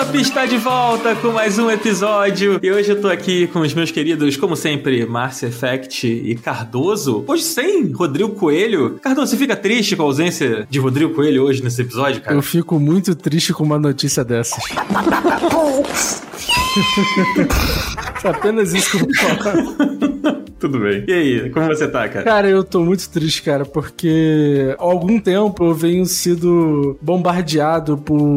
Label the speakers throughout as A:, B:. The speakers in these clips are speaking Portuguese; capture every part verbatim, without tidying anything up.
A: Up está de volta com mais um episódio. E hoje eu tô aqui com os meus queridos, como sempre, Márcia Effect e Cardoso. Hoje sem Rodrigo Coelho. Cardoso, você fica triste com a ausência de Rodrigo Coelho hoje nesse episódio, cara?
B: Eu fico muito triste com uma notícia dessas. É apenas isso que eu vou falar.
A: Tudo bem. E aí, como você tá, cara?
B: Cara, eu tô muito triste, cara, porque há algum tempo eu venho sido bombardeado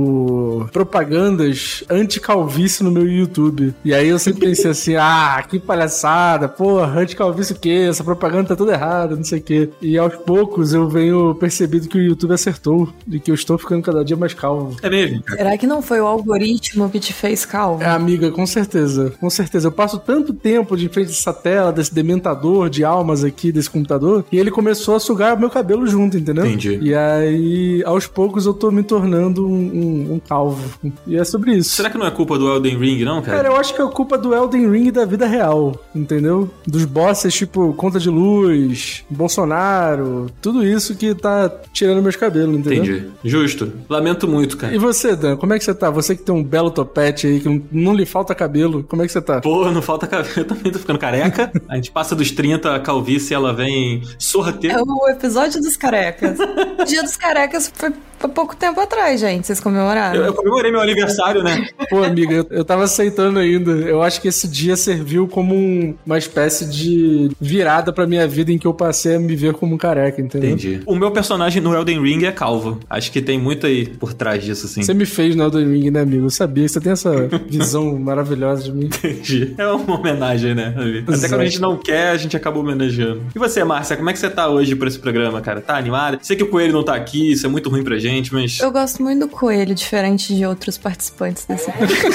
B: por propagandas anti-calvície no meu YouTube. E aí eu sempre pensei assim, ah, que palhaçada, porra, anti-calvície o quê? Essa propaganda tá toda errada, não sei o quê. E aos poucos eu venho percebido que o YouTube acertou e que eu estou ficando cada dia mais calvo.
A: É mesmo?
C: Será que não foi o algoritmo que te fez calvo?
B: É, amiga, com certeza, com certeza. Eu passo tanto tempo de frente dessa tela, desse dementador de almas aqui desse computador, e ele começou a sugar meu cabelo junto, entendeu?
A: Entendi.
B: E aí, aos poucos, eu tô me tornando um, um, um calvo. E é sobre isso.
A: Será que não é culpa do Elden Ring, não, cara?
B: Cara, eu acho que é culpa do Elden Ring da vida real, entendeu? Dos bosses, tipo, conta de luz, Bolsonaro, tudo isso que tá tirando meus cabelos, entendeu?
A: Entendi. Justo. Lamento muito, cara.
B: E você, Dan, como é que você tá? Você que tem um belo topete aí, que não, não lhe falta cabelo, como é que você tá?
A: Pô, não falta cabelo. Eu também tô ficando careca. A gente passa dos trinta, a calvície, ela vem sorrateira.
C: É o episódio dos carecas. O dia dos carecas foi há pouco tempo atrás, gente. Vocês comemoraram?
A: Eu, eu comemorei meu aniversário, né?
B: Pô, amiga, eu, eu tava aceitando ainda. Eu acho que esse dia serviu como um, uma espécie de virada pra minha vida em que eu passei a me ver como um careca, entendeu?
A: Entendi. O meu personagem no Elden Ring é calvo. Acho que tem muito aí por trás disso, assim.
B: Você me fez no Elden Ring, né, amigo? Eu sabia que você tem essa visão maravilhosa de mim.
A: Entendi. É uma homenagem, né, amigo? Até quando a gente não quer, a gente acaba homenageando. E você, Márcia, como é que você tá hoje por esse programa, cara? Tá animada? Sei que o Coelho não tá aqui, isso é muito ruim pra gente, mas...
C: Eu gosto muito do Coelho, diferente de outros participantes desse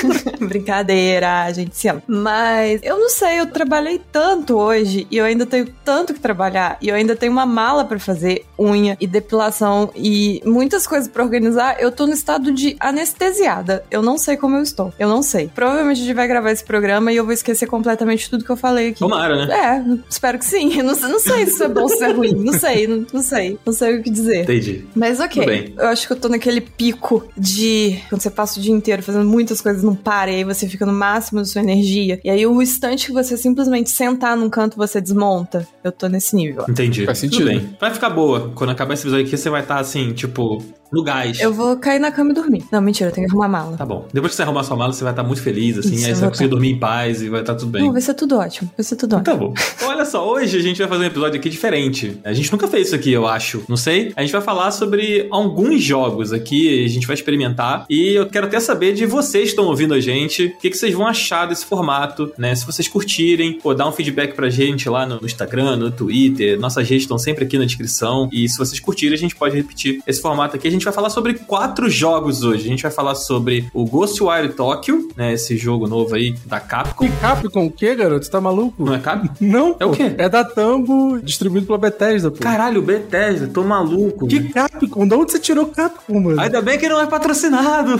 C: Brincadeira, a gente se ama. Mas eu não sei, eu trabalhei tanto hoje e eu ainda tenho tanto que trabalhar e eu ainda tenho uma mala pra fazer, unha e depilação e muitas coisas pra organizar. Eu tô no estado de anestesiada. Eu não sei como eu estou. Eu não sei. Provavelmente a gente vai gravar esse programa e eu vou esquecer completamente tudo que eu falei aqui.
A: Tomara, né?
C: É, espero que sim. Eu não, não sei se isso é bom ou se é ruim. Não sei, não, não sei. Não sei o que dizer.
A: Entendi.
C: Mas ok.
A: Tudo bem.
C: Eu acho que eu tô naquele pico de... Quando você passa o dia inteiro fazendo muitas coisas, não para, e aí você fica no máximo da sua energia. E aí o instante que você simplesmente sentar num canto, você desmonta. Eu tô nesse nível.
A: Entendi.
B: Faz sentido.
A: Tudo bem. Vai ficar boa. Quando acabar esse episódio aqui, você vai estar assim, tipo... no gás.
C: Eu vou cair na cama e dormir. Não, mentira, eu tenho que arrumar a mala.
A: Tá bom. Depois que você arrumar sua mala, você vai estar muito feliz, assim,
C: Isso,
A: aí
C: eu
A: você
C: vou
A: vai conseguir
C: tá.
A: dormir em paz e vai estar tudo bem.
C: Não, vai ser tudo ótimo. Vai ser tudo ótimo.
A: Tá bom. Olha só, hoje a gente vai fazer um episódio aqui diferente. A gente nunca fez isso aqui, eu acho. Não sei. A gente vai falar sobre alguns jogos aqui, a gente vai experimentar. E eu quero até saber de vocês que estão ouvindo a gente, o que, que vocês vão achar desse formato, né? Se vocês curtirem, pô, dá um feedback pra gente lá no, no Instagram, no Twitter. Nossas redes estão sempre aqui na descrição. E se vocês curtirem, a gente pode repetir esse formato aqui. A gente vai falar sobre quatro jogos hoje. A gente vai falar sobre o Ghostwire Tokyo, né? Esse jogo novo aí da Capcom.
B: E Capcom o quê, garoto? Você tá maluco?
A: Não é Capcom?
B: Não,
A: É o
B: pô.
A: quê?
B: É da Tango, distribuído pela Bethesda, pô.
A: Caralho, Bethesda, tô maluco.
B: Que Capcom? De onde você tirou Capcom, mano?
A: Ainda bem que não é patrocinado.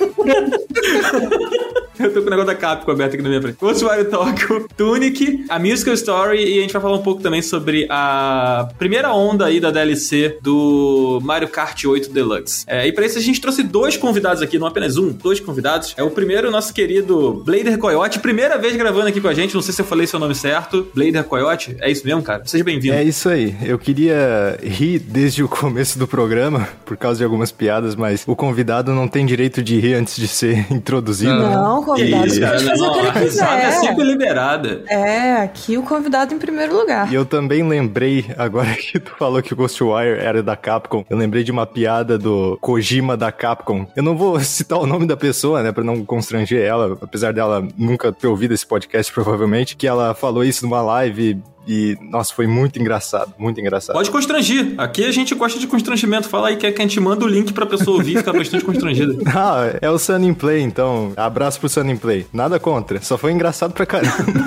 A: Eu tô com o negócio da Capcom aberto aqui na minha frente. Ghostwire Tokyo, Tunic, a Musical Story, e a gente vai falar um pouco também sobre a primeira onda aí da D L C do Mario Kart oito Deluxe. É, e pra isso a gente trouxe dois convidados aqui, não apenas um, dois convidados. É o primeiro, o nosso querido Blader Coyote, primeira vez gravando aqui com a gente, não sei se eu falei seu nome certo. Blader Coyote, é isso mesmo, cara? Seja bem-vindo.
D: É isso aí. Eu queria rir desde o começo do programa, por causa de algumas piadas, mas o convidado não tem direito de rir antes de ser introduzido.
C: Não, o convidado
A: Isso,
C: pode fazer
A: não,
C: o que ele
A: a risada é
C: quiser.
A: sempre liberada.
C: É, aqui o convidado em primeiro lugar.
D: E eu também lembrei, agora que tu falou que o Ghostwire era da Capcom, eu lembrei de uma piada do Kojima da Capcom. Eu não vou citar o nome da pessoa, né, pra não constranger ela, apesar dela nunca ter ouvido esse podcast, provavelmente, que ela falou isso numa live e, nossa, foi muito engraçado, muito engraçado.
A: Pode constrangir. Aqui a gente gosta de constrangimento. Fala aí que é que a gente manda o link pra pessoa ouvir e ficar bastante constrangida.
D: Ah, é o Sun in Play, então. Abraço pro Sun in Play. Nada contra, só foi engraçado pra caramba.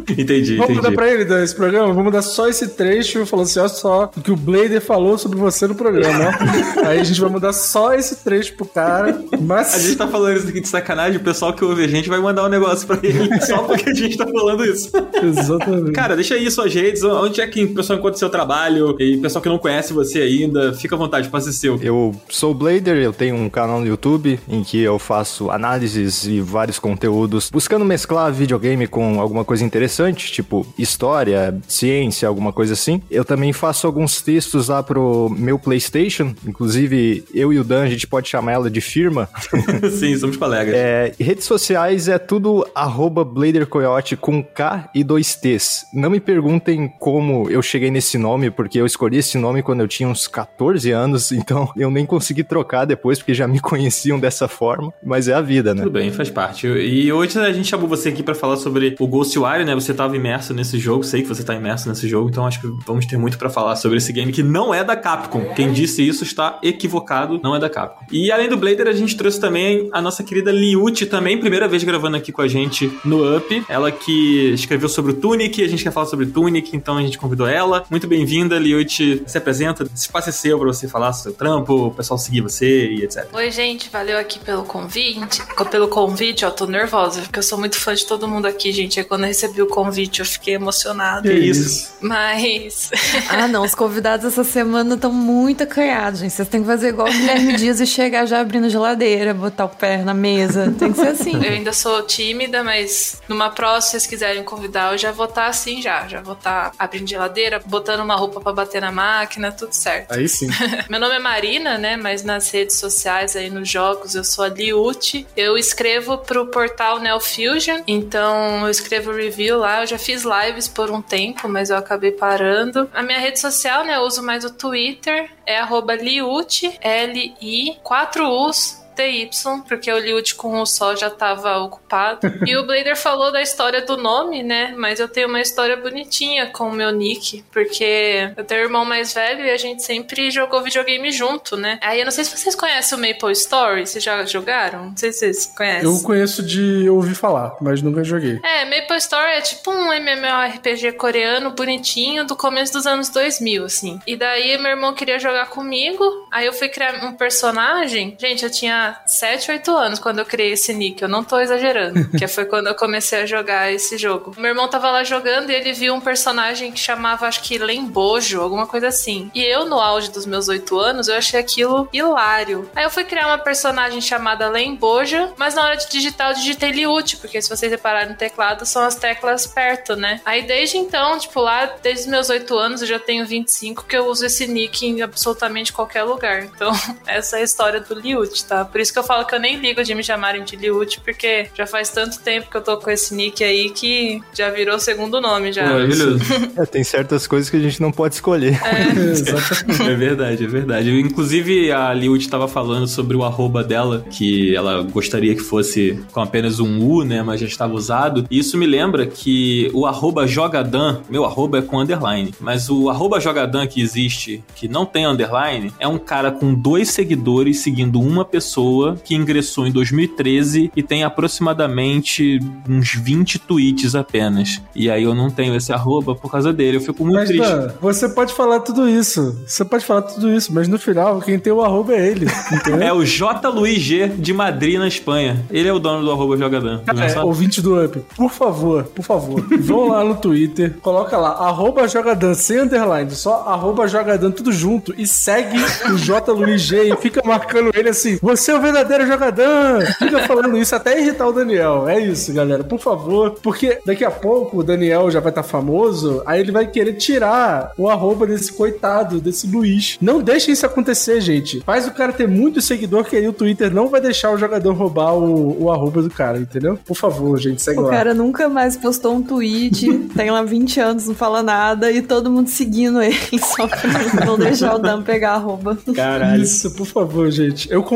A: Entendi,
B: Vamos
A: entendi.
B: mudar pra ele Dan, esse programa? Vamos mudar só esse trecho falando assim, olha só o que o Blader falou sobre você no programa. Aí a gente vai mudar só esse trecho pro cara. Mas...
A: A gente tá falando isso aqui de sacanagem, o pessoal que ouve a gente vai mandar um negócio pra ele só porque a gente tá falando isso.
B: Exatamente.
A: Cara, deixa aí suas redes, onde é que o pessoal encontra seu trabalho e o pessoal que não conhece você ainda, fica à vontade, pode ser seu.
D: Eu sou o Blader, eu tenho um canal no YouTube em que eu faço análises e vários conteúdos buscando mesclar videogame com alguma coisa interessante, tipo história, ciência, alguma coisa assim. Eu também faço alguns textos lá pro meu PlayStation, inclusive eu e o Dan, a gente pode chamar ela de firma.
A: Sim, somos colegas.
D: É, redes sociais é tudo arroba BladerCoyote com K e dois T's. Não me perguntem como eu cheguei nesse nome, porque eu escolhi esse nome quando eu tinha uns catorze anos, então eu nem consegui trocar depois, porque já me conheciam dessa forma, mas é a vida, né?
A: Tudo bem, faz parte. E hoje a gente chamou você aqui pra falar sobre o Ghostwire, né? Você tava imerso nesse jogo, sei que você tá imerso nesse jogo, então acho que vamos ter muito pra falar sobre esse game que não é da Capcom. Quem disse isso está equivocado, não é da Capcom. E além do Blader, a gente trouxe também a nossa querida Liucci também, primeira vez gravando aqui com a gente no Up. Ela que escreveu sobre o Tunic, a gente quer falar sobre o Tunic, então a gente convidou ela. Muito bem-vinda, Liucci. Se apresenta, esse espaço é seu pra você falar seu trampo, o pessoal seguir você e etcétera.
E: Oi, gente, valeu aqui pelo convite. Pelo convite, ó, tô nervosa, porque eu sou muito fã de todo mundo aqui, gente. Aí quando eu recebi o convite, eu fiquei emocionada.
A: Que isso?
E: Mas...
C: Ah, não, os convidados essa semana estão muito acanhados, gente. Vocês têm que fazer igual o Guilherme Dias e chegar já abrindo a geladeira, botar o pé na mesa. Tem que ser assim.
E: Eu ainda sou tímida, mas numa próxima, se vocês quiserem convidar, eu já vou estar assim já. Já vou estar abrindo geladeira, botando uma roupa pra bater na máquina, tudo certo.
B: Aí sim.
E: Meu nome é Marina, né? Mas nas redes sociais, aí nos jogos, eu sou a Liucci. Eu escrevo pro portal NeoFusion, então eu escrevo review lá. Eu já fiz lives por um tempo, mas eu acabei parando. A minha rede social, né? Eu uso mais o Twitter, é arroba Liucci, L I, quatro U's, T Y, porque o Liucci com um só já tava ocupado. E o Blader falou da história do nome, né? Mas eu tenho uma história bonitinha com o meu nick, porque eu tenho um irmão mais velho e a gente sempre jogou videogame junto, né? Aí eu não sei se vocês conhecem o Maple Story, vocês já jogaram? Não sei se vocês conhecem.
B: Eu conheço de ouvir falar, mas nunca joguei.
E: É, Maple Story é tipo um MMORPG coreano bonitinho do começo dos anos dois mil, assim. E daí meu irmão queria jogar comigo, aí eu fui criar um personagem. Gente, eu tinha sete, oito anos quando eu criei esse nick, eu não tô exagerando, que foi quando eu comecei a jogar esse jogo. Meu irmão tava lá jogando e ele viu um personagem que chamava, acho que Lembojo, alguma coisa assim. E eu, no auge dos meus oito anos, eu achei aquilo hilário. Aí eu fui criar uma personagem chamada Lembojo, mas na hora de digitar eu digitei Liucci, porque se vocês repararem no teclado, são as teclas perto, né? Aí desde então, tipo, lá, desde os meus oito anos, eu já tenho vinte e cinco, que eu uso esse nick em absolutamente qualquer lugar. Então, essa é a história do Liucci, tá? Por isso que eu falo que eu nem ligo de me chamarem de Liucci, porque já faz tanto tempo que eu tô com esse nick aí que já virou segundo nome já.
A: Maravilhoso.
D: É, tem certas coisas que a gente não pode escolher.
A: É, é verdade, é verdade. Inclusive, a Liucci tava falando sobre o arroba dela, que ela gostaria que fosse com apenas um U, né, mas já estava usado. E isso me lembra que o arroba Jogadan, meu arroba é com underline, mas o arroba Jogadan que existe, que não tem underline, é um cara com dois seguidores seguindo uma pessoa que ingressou em dois mil e treze e tem aproximadamente uns vinte tweets apenas. E aí eu não tenho esse arroba por causa dele. Eu fico muito
B: mas,
A: triste.
B: Dan, você pode falar tudo isso. Você pode falar tudo isso, mas no final, quem tem o arroba é ele. Entendeu?
A: É o J. Luiz G de Madrid, na Espanha. Ele é o dono do arroba Jogadan.
B: É, ouvinte do Up, por favor, por favor, vão lá no Twitter, coloca lá, arroba Jogadan, sem underline, só arroba Jogadan, tudo junto, e segue o J. Luiz G e fica marcando ele assim, você é o verdadeiro Jogadan. Fica falando isso até irritar o Daniel. É isso, galera, por favor, porque daqui a pouco o Daniel já vai estar famoso, aí ele vai querer tirar o arroba desse coitado, desse Luiz. Não deixem isso acontecer, gente. Faz o cara ter muito seguidor, que aí o Twitter não vai deixar o jogador roubar o, o arroba do cara, entendeu? Por favor, gente, segue
C: o
B: lá.
C: O cara nunca mais postou um tweet, tem lá vinte anos, não fala nada, e todo mundo seguindo ele, só pra não deixar o Dan pegar a arroba.
A: Caralho.
B: Isso, por favor, gente. Eu confio em vocês.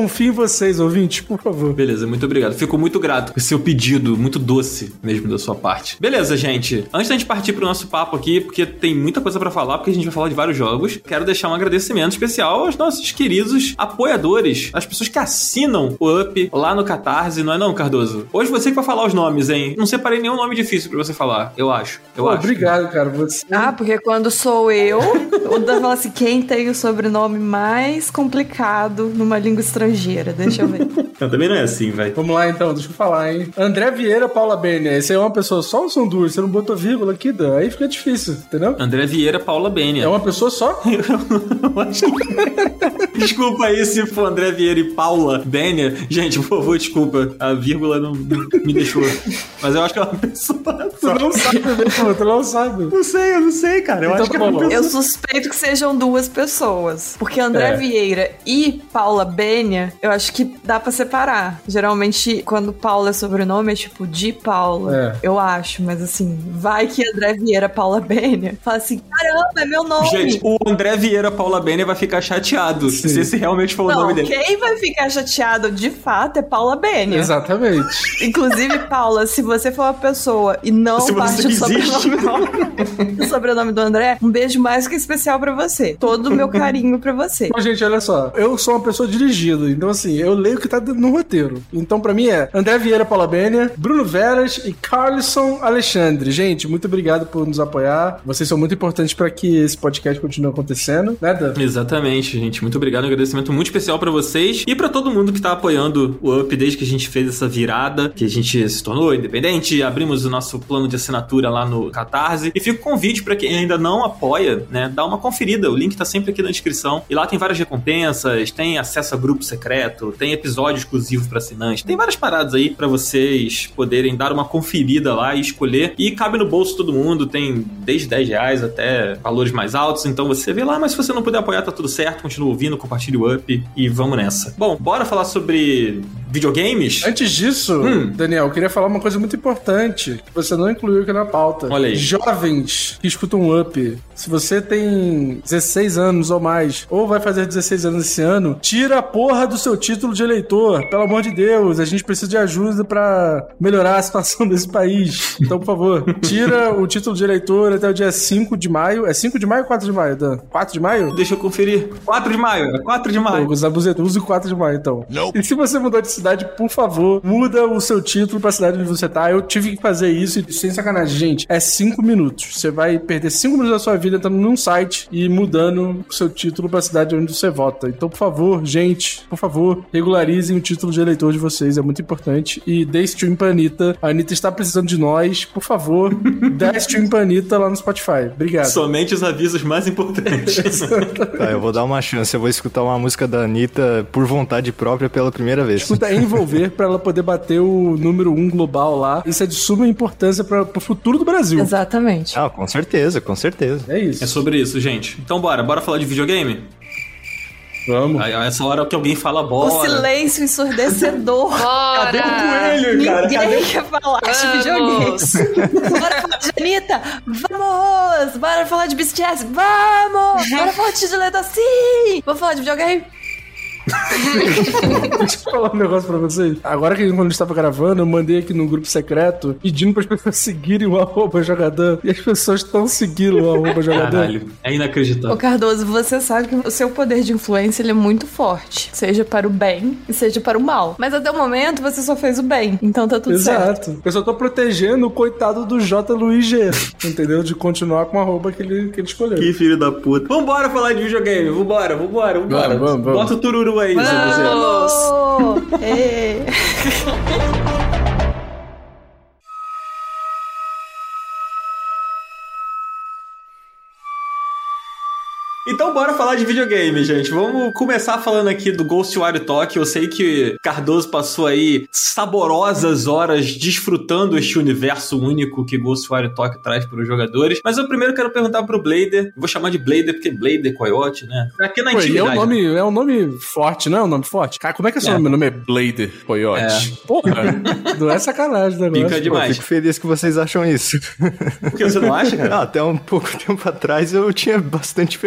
B: vocês, ouvintes, por favor.
A: Beleza, muito obrigado. Fico muito grato com o seu pedido, muito doce mesmo da sua parte. Beleza, gente. Antes da gente partir pro nosso papo aqui, porque tem muita coisa pra falar, porque a gente vai falar de vários jogos, quero deixar um agradecimento especial aos nossos queridos apoiadores, as pessoas que assinam o Up lá no Catarse, não é não, Cardoso? Hoje você que vai falar os nomes, hein? Não separei nenhum nome difícil pra você falar, eu acho. Eu
B: Pô,
A: acho.
B: Obrigado, cara. Você...
C: Ah, porque quando sou eu, o Dan fala assim, quem tem o sobrenome mais complicado numa língua estrangeira? Deixa eu ver.
A: Não, também não é assim, vai.
B: Vamos lá, então. Deixa eu falar, hein? André Vieira, Paula Benia. Esse é uma pessoa só ou são duas? Você não botou vírgula aqui, Dan? Aí fica difícil, entendeu?
A: André Vieira, Paula Benia.
B: É uma pessoa só?
A: Eu acho que... Desculpa aí se for André Vieira e Paula Benia. Gente, por favor, desculpa. A vírgula não, não me deixou. Mas eu acho que é uma pessoa só.
B: Tu não sabe mesmo, tu não sabe.
A: Não sei, eu não sei, cara. Eu
B: Então
A: acho que é
B: tá
A: uma
B: bom.
A: pessoa.
C: Eu suspeito que sejam duas pessoas. Porque André
B: É.
C: Vieira e Paula Benia, eu acho que dá pra separar. Geralmente, quando Paula é sobrenome, é tipo de Paula.
B: É.
C: Eu acho, mas assim, vai que André Vieira, Paula Benia, fala assim, caramba, é meu nome.
A: Gente, o André Vieira, Paula Benia vai ficar chateado
B: Sim.
A: se esse realmente for o
C: Não,
A: nome dele.
C: quem vai ficar chateado de fato é Paula Benia.
B: Exatamente.
C: Inclusive, Paula, se você for uma pessoa e não
A: Se
C: parte
A: você
C: do
A: existe.
C: sobrenome, do sobrenome do André, um beijo mais que especial pra você. Todo o meu carinho pra você.
B: Bom, gente, olha só. Eu sou uma pessoa dirigida, então assim, eu leio o que tá no roteiro. Então, pra mim é André Vieira, Paula Benia, Bruno Veras e Carlson Alexandre. Gente, muito obrigado por nos apoiar. Vocês são muito importantes pra que esse podcast continue acontecendo, né, Dan?
A: Exatamente, gente. Muito obrigado. Um agradecimento muito especial pra vocês e pra todo mundo que tá apoiando o Up desde que a gente fez essa virada, que a gente se tornou independente, abrimos o nosso plano de assinatura lá no Catarse. E fica o convite pra quem ainda não apoia, né, dá uma conferida. O link tá sempre aqui na descrição. E lá tem várias recompensas, tem acesso a grupo secreto, tem episódio exclusivo pra assinantes, tem várias paradas aí pra vocês poderem dar uma conferida lá e escolher. E cabe no bolso todo mundo, tem desde dez reais até valores mais altos. Então você vê lá, mas se você não puder apoiar, tá tudo certo. Continua ouvindo, compartilha o Up e vamos nessa. Bom, bora falar sobre videogames?
B: Antes disso,
A: Hum.
B: Daniel, eu queria falar uma coisa muito importante que você não incluiu aqui na pauta.
A: Olha aí.
B: Jovens que escutam um Up, se você tem dezesseis anos ou mais, ou vai fazer dezesseis anos esse ano, tira a porra do seu título de eleitor. Pelo amor de Deus, a gente precisa de ajuda pra melhorar a situação desse país. Então, por favor, tira o título de eleitor até o dia cinco de maio. É cinco de maio ou quatro de maio, Dan? quatro de maio?
A: Deixa eu conferir. quatro de maio, é quatro de maio.
B: Pô, Zabuzeta, use o quatro de maio, então. E se você mudou de cidade, por favor, muda o seu título pra cidade onde você tá. Eu tive que fazer isso e, sem sacanagem, gente, é cinco minutos. Você vai perder cinco minutos da sua vida entrando num site e mudando o seu título pra cidade onde você vota. Então, por favor, gente, por favor, regularizem o título de eleitor de vocês, é muito importante. E dê stream pra Anitta. A Anitta está precisando de nós. Por favor, dê stream pra Anitta lá no Spotify. Obrigado.
A: Somente os avisos mais importantes.
D: Tá, eu vou dar uma chance. Eu vou escutar uma música da Anitta por vontade própria pela primeira vez.
B: Escuta Envolver pra ela poder bater o número um global lá. Isso é de suma importância para o futuro do Brasil.
C: Exatamente.
D: Ah, com certeza, com certeza.
B: É isso.
A: É sobre isso, gente. Então bora, bora falar de videogame?
B: Vamos.
A: Aí, essa hora que alguém fala bora.
C: O silêncio ensurdecedor.
E: Bora!
A: Cadê o coelho, cara?
C: Ninguém
A: Cadê?
C: quer falar de
E: Vamos!
C: videogame. Bora falar de Anitta? Vamos! Bora falar de B T S? Vamos! Bora falar de Dileto? Sim! Vamos falar de videogame?
B: Deixa eu falar um negócio pra vocês. Agora que quando a gente tava gravando, eu mandei aqui no grupo secreto pedindo para as pessoas seguirem o arroba jogador. E as pessoas estão seguindo o arroba jogador.
A: Caralho, é inacreditável.
C: Ô Cardoso, você sabe que o seu poder de influência ele é muito forte. Seja para o bem e seja para o mal. Mas até o momento você só fez o bem. Então tá tudo certo.
B: Exato. Eu só tô protegendo o coitado do J. Luiz G. Entendeu? De continuar com a arroba que ele, que ele escolheu.
A: Que filho da puta. Vambora falar de videogame. Vambora, vambora, vambora.
B: Vamos, vamos, vamos.
A: Bota o tururu aí, Zé José.
C: Vamos! Ê.
A: Então bora falar de videogame, gente. Vamos começar falando aqui do Ghostwire Tokyo. Eu sei que Cardoso passou aí saborosas horas desfrutando este universo único que Ghostwire Tokyo traz para os jogadores. Mas eu primeiro quero perguntar pro Blader. Vou chamar de Blader porque Blader Coyote, né? Aqui na
B: Pô, e é
A: intimidade.
B: um nome, é um nome forte, não é um nome forte? Cara, como é que é seu
A: É.
B: nome? Meu nome é Blader Coyote. Porra, não é sacanagem o negócio.
A: Pica
D: Pô,
A: demais.
D: fico feliz que vocês acham isso.
A: Por que você não acha, cara?
D: Ah, até um pouco tempo atrás eu tinha bastante vergonha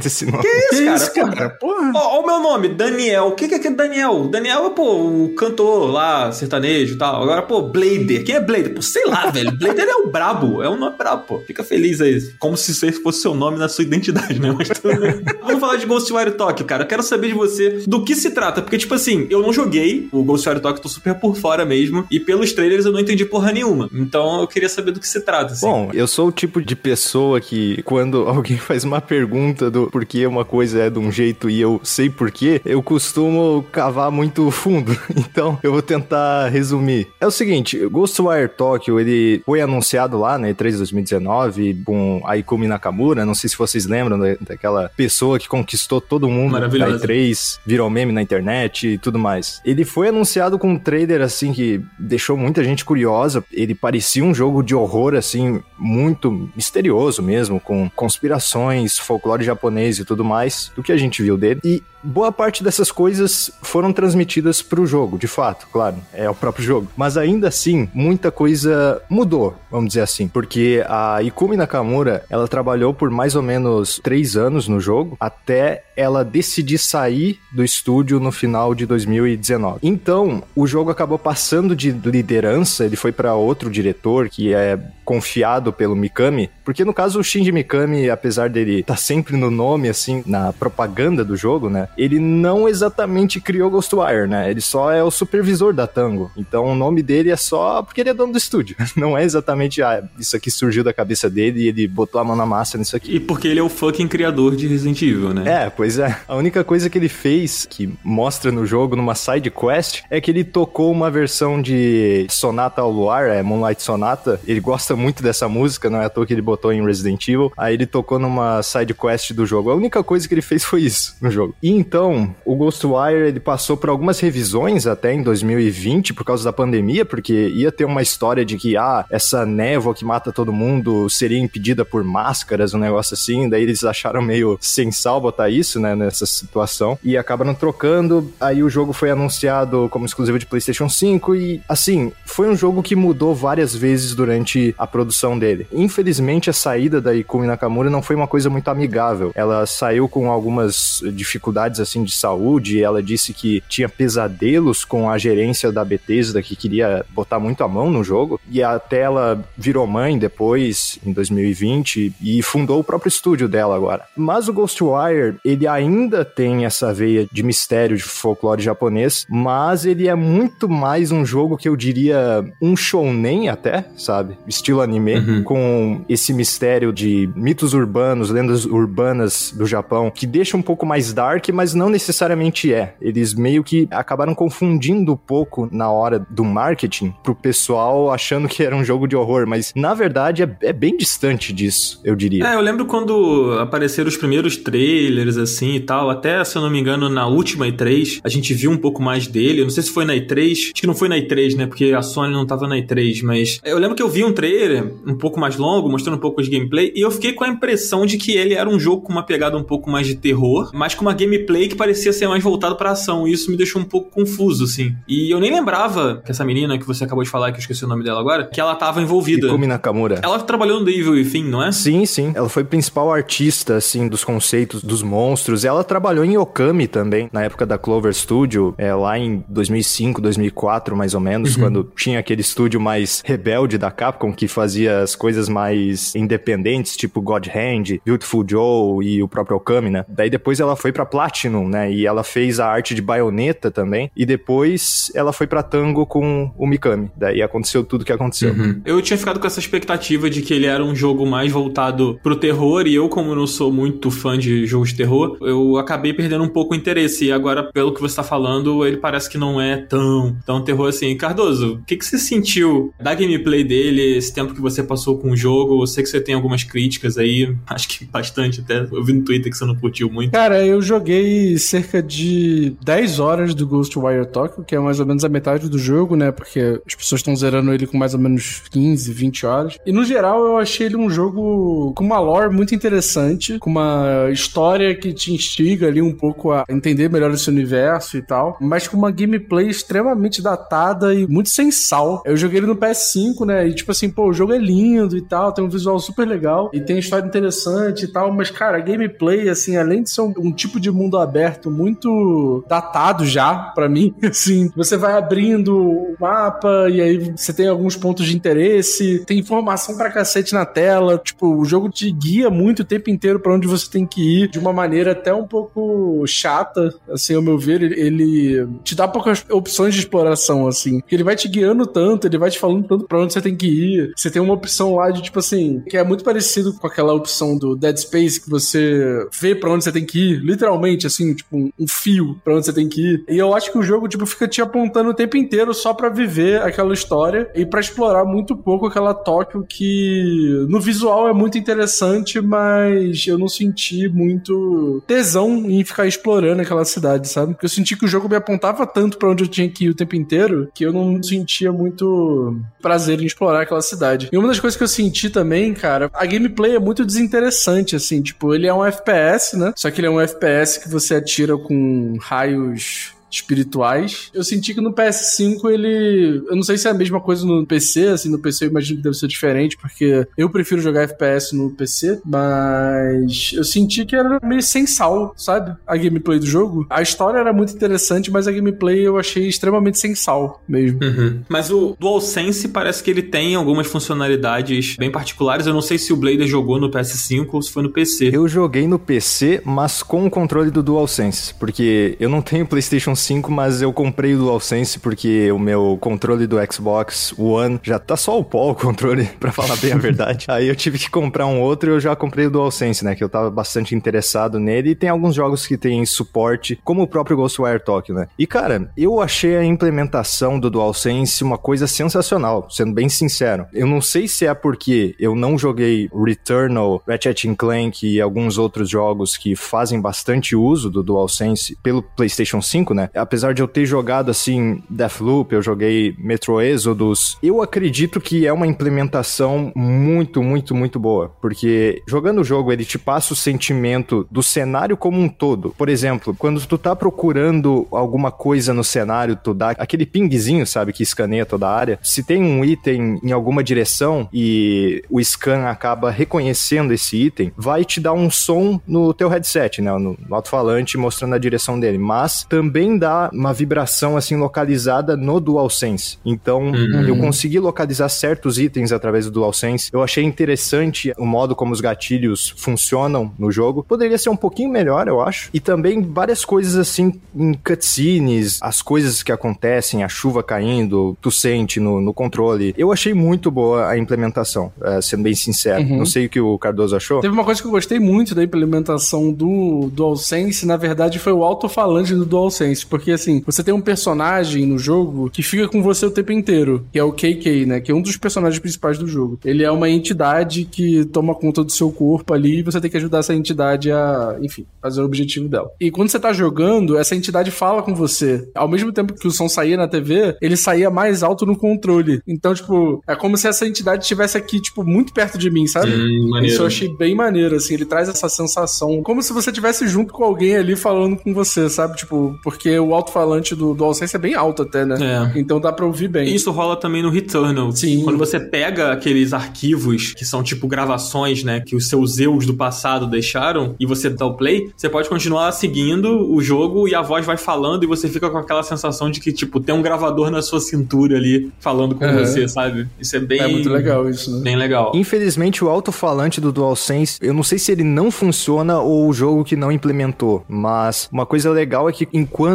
D: desse nome.
A: Que isso,
B: Que
A: cara?
B: isso, cara? Porra.
A: Ó, ó o meu nome, Daniel. O que que é aquele Daniel? Daniel é, pô, o cantor lá, sertanejo e tal. Agora, pô, Blader. Quem é Blader? Pô, sei lá, velho. Blader é o brabo. É um nome brabo, pô. Fica feliz aí. Como se isso fosse seu nome na sua identidade, né? Mas tudo bem. Vamos falar de Ghostwire Tokyo, cara. Eu quero saber de você do que se trata. Porque, tipo assim, eu não joguei o Ghostwire Tokyo, tô super por fora mesmo. E pelos trailers eu não entendi porra nenhuma. Então eu queria saber do que se trata, assim.
D: Bom, eu sou o tipo de pessoa que, quando alguém faz uma pergunta do porquê uma coisa é de um jeito e eu sei porquê, eu costumo cavar muito fundo. Então, eu vou tentar resumir. É o seguinte, Ghostwire Tokyo, ele foi anunciado lá na E três de dois mil e dezenove com a Ikumi Nakamura. Não sei se vocês lembram da, daquela pessoa que conquistou todo mundo na E três, virou meme na internet e tudo mais. Ele foi anunciado com um trailer, assim, que deixou muita gente curiosa. Ele parecia um jogo de horror, assim, muito misterioso mesmo, com conspirações, folclore japonês e tudo mais, do que a gente viu dele. E boa parte dessas coisas foram transmitidas pro jogo, de fato, claro, é o próprio jogo. Mas ainda assim, muita coisa mudou, vamos dizer assim, porque a Ikumi Nakamura, ela trabalhou por mais ou menos três anos no jogo, até ela decidir sair do estúdio no final de dois mil e dezenove. Então, o jogo acabou passando de liderança, ele foi para outro diretor, que é confiado pelo Mikami, porque no caso o Shinji Mikami, apesar dele estar tá sempre no nome, assim, na propaganda do jogo, né, ele não exatamente criou Ghostwire, né, ele só é o supervisor da Tango, então o nome dele é só porque ele é dono do estúdio, não é exatamente, ah, isso aqui surgiu da cabeça dele e ele botou a mão na massa nisso aqui.
A: E porque ele é o fucking criador de Resident Evil, né?
D: É, pois é. A única coisa que ele fez, que mostra no jogo, numa side quest, é que ele tocou uma versão de Sonata ao Luar, é Moonlight Sonata, ele gosta muito dessa música, não é à toa que ele botou em Resident Evil, aí ele tocou numa side quest do jogo. A única coisa que ele fez foi isso no jogo. E então, o Ghostwire, ele passou por algumas revisões até em dois mil e vinte, por causa da pandemia, porque ia ter uma história de que, ah, essa névoa que mata todo mundo seria impedida por máscaras, um negócio assim, daí eles acharam meio sensal botar isso, né, nessa situação, e acabaram trocando. Aí o jogo foi anunciado como exclusivo de PlayStation cinco e, assim, foi um jogo que mudou várias vezes durante a produção dele. Infelizmente, a saída da Ikumi Nakamura não foi uma coisa muito amigável. Ela saiu com algumas dificuldades, assim, de saúde. Ela disse que tinha pesadelos com a gerência da Bethesda, que queria botar muito a mão no jogo, e até ela virou mãe depois, em dois mil e vinte, e fundou o próprio estúdio dela agora. Mas o Ghostwire, ele ainda tem essa veia de mistério, de folclore japonês, mas ele é muito mais um jogo que eu diria um shounen até, sabe? Estilo anime, uhum, com esse mistério de mitos urbanos, lendas urbanas do Japão, que deixa um pouco mais dark, mas não necessariamente é. Eles meio que acabaram confundindo um pouco na hora do marketing pro pessoal achando que era um jogo de horror, mas na verdade é, é bem distante disso, eu diria.
A: É, eu lembro quando apareceram os primeiros trailers, assim, e tal, até, se eu não me engano, na última E três, a gente viu um pouco mais dele. Eu não sei se foi na E três, acho que não foi na E três, né, porque a Sony não tava na E três, mas eu lembro que eu vi um trailer um pouco mais longo, mostrando um pouco de gameplay, e eu fiquei com a impressão de que ele era um jogo com uma pegada um pouco mais de terror, mas com uma gameplay que parecia ser mais voltado pra ação, e isso me deixou um pouco confuso, assim. E eu nem lembrava que essa menina que você acabou de falar, que eu esqueci o nome dela agora, que ela tava envolvida.
D: Ikumi Nakamura.
A: Ela trabalhou no The Evil Within, não é?
D: Sim, sim. Ela foi principal artista, assim, dos conceitos dos monstros. Ela trabalhou em Okami também, na época da Clover Studio, é, lá em dois mil e cinco, dois mil e quatro, mais ou menos, uhum, quando tinha aquele estúdio mais rebelde da Capcom, que fazia as coisas mais independentes, tipo God Hand, Beautiful Joe e o próprio Okami, né? Daí depois ela foi pra Platinum, né? E ela fez a arte de Bayonetta também. E depois ela foi pra Tango com o Mikami. Daí aconteceu tudo que aconteceu.
A: Uhum. Eu tinha ficado com essa expectativa de que ele era um jogo mais voltado pro terror, e eu, como não sou muito fã de jogos de terror, eu acabei perdendo um pouco o interesse. E agora, pelo que você tá falando, ele parece que não é tão, tão terror assim. Cardoso, o que, que você sentiu da gameplay dele, esse tempo que você passou com o jogo? Eu sei que você tem algumas críticas aí, acho que bastante até. Eu vi no Twitter que você não curtiu muito.
B: Cara, eu joguei joguei cerca de dez horas do Ghostwire Tokyo, que é mais ou menos a metade do jogo, né? Porque as pessoas estão zerando ele com mais ou menos quinze, vinte horas. E no geral eu achei ele um jogo com uma lore muito interessante, com uma história que te instiga ali um pouco a entender melhor esse universo e tal, mas com uma gameplay extremamente datada e muito sem sal. Eu joguei ele no P S cinco, né? E tipo assim, pô, o jogo é lindo e tal, tem um visual super legal e tem história interessante e tal, mas cara, a gameplay, assim, além de ser um, um tipo de mundo aberto muito datado já, pra mim, assim, você vai abrindo o mapa e aí você tem alguns pontos de interesse, tem informação pra cacete na tela, tipo, o jogo te guia muito o tempo inteiro pra onde você tem que ir, de uma maneira até um pouco chata, assim, ao meu ver, ele, ele te dá poucas opções de exploração, assim, porque ele vai te guiando tanto, ele vai te falando tanto pra onde você tem que ir, você tem uma opção lá de, tipo assim, que é muito parecido com aquela opção do Dead Space, que você vê pra onde você tem que ir, literalmente, assim, tipo, um, um fio pra onde você tem que ir, e eu acho que o jogo, tipo, fica te apontando o tempo inteiro só pra viver aquela história e pra explorar muito pouco aquela Tóquio que no visual é muito interessante, mas eu não senti muito tesão em ficar explorando aquela cidade, sabe? Porque eu senti que o jogo me apontava tanto pra onde eu tinha que ir o tempo inteiro que eu não sentia muito prazer em explorar aquela cidade. E uma das coisas que eu senti também, cara, a gameplay é muito desinteressante, assim, tipo, ele é um F P S, né? Só que ele é um F P S que você atira com raios espirituais. Eu senti que no P S cinco ele... Eu não sei se é a mesma coisa no P C, assim, no P C eu imagino que deve ser diferente, porque eu prefiro jogar F P S no P C, mas eu senti que era meio sem sal, sabe? A gameplay do jogo. A história era muito interessante, mas a gameplay eu achei extremamente sem sal mesmo.
A: Uhum. Mas o DualSense parece que ele tem algumas funcionalidades bem particulares. Eu não sei se o Blader jogou no P S cinco ou se foi no P C.
D: Eu joguei no P C, mas com o controle do DualSense, porque eu não tenho PlayStation cinco, mas eu comprei o DualSense porque o meu controle do Xbox One já tá só o pó, o controle, pra falar bem a verdade. Aí eu tive que comprar um outro e eu já comprei o DualSense, né, que eu tava bastante interessado nele, e tem alguns jogos que tem suporte, como o próprio Ghostwire Tokyo, né. E cara, eu achei a implementação do DualSense uma coisa sensacional, sendo bem sincero. Eu não sei se é porque eu não joguei Returnal, Ratchet and Clank e alguns outros jogos que fazem bastante uso do DualSense pelo PlayStation cinco, né. Apesar de eu ter jogado, assim, Deathloop, eu joguei Metro Exodus, eu acredito que é uma implementação muito, muito, muito boa, porque jogando o jogo, ele te passa o sentimento do cenário como um todo. Por exemplo, quando tu tá procurando alguma coisa no cenário, tu dá aquele pingzinho, sabe, que escaneia toda a área. Se tem um item em alguma direção e o scan acaba reconhecendo esse item, vai te dar um som no teu headset, né, no alto-falante, mostrando a direção dele, mas também dá uma vibração assim localizada no DualSense. Então, uhum. eu consegui localizar certos itens através do DualSense. Eu achei interessante o modo como os gatilhos funcionam no jogo. Poderia ser um pouquinho melhor, eu acho. E também várias coisas assim em cutscenes, as coisas que acontecem, a chuva caindo, tu sente no, no controle. Eu achei muito boa a implementação, é, sendo bem sincero. Uhum. Não sei o que o Cardoso achou.
B: Teve uma coisa que eu gostei muito da implementação do DualSense, na verdade foi o alto-falante do DualSense. Porque, assim, você tem um personagem no jogo que fica com você o tempo inteiro, que é o K K, né? Que é um dos personagens principais do jogo. Ele é uma entidade que toma conta do seu corpo ali e você tem que ajudar essa entidade a, enfim, fazer o objetivo dela. E quando você tá jogando, essa entidade fala com você. Ao mesmo tempo que o som saía na T V, ele saía mais alto no controle. Então, tipo, é como se essa entidade estivesse aqui, tipo, muito perto de mim, sabe? Hum, Isso eu achei bem maneiro, assim. Ele traz essa sensação, como se você estivesse junto com alguém ali falando com você, sabe? Tipo, porque o alto-falante do DualSense é bem alto até, né? É. Então dá pra ouvir bem.
A: Isso rola também no Returnal.
B: Sim.
A: Quando você pega aqueles arquivos que são tipo gravações, né? Que os seus eus do passado deixaram e você dá o play, você pode continuar seguindo o jogo e a voz vai falando e você fica com aquela sensação de que, tipo, tem um gravador na sua cintura ali falando com uhum. você, sabe? Isso é bem...
B: É muito legal isso, né?
A: Bem legal.
D: Infelizmente, o alto-falante do DualSense, eu não sei se ele não funciona ou o jogo que não implementou, mas uma coisa legal é que enquanto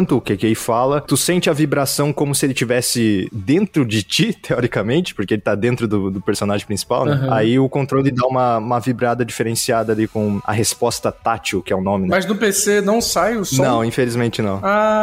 D: tanto, o Q Q fala, tu sente a vibração como se ele tivesse dentro de ti, teoricamente, porque ele tá dentro do, do personagem principal, né? Uhum. Aí o controle dá uma, uma vibrada diferenciada ali com a resposta tátil, que é o nome, né?
B: Mas no P C não sai o som?
D: Não, infelizmente não.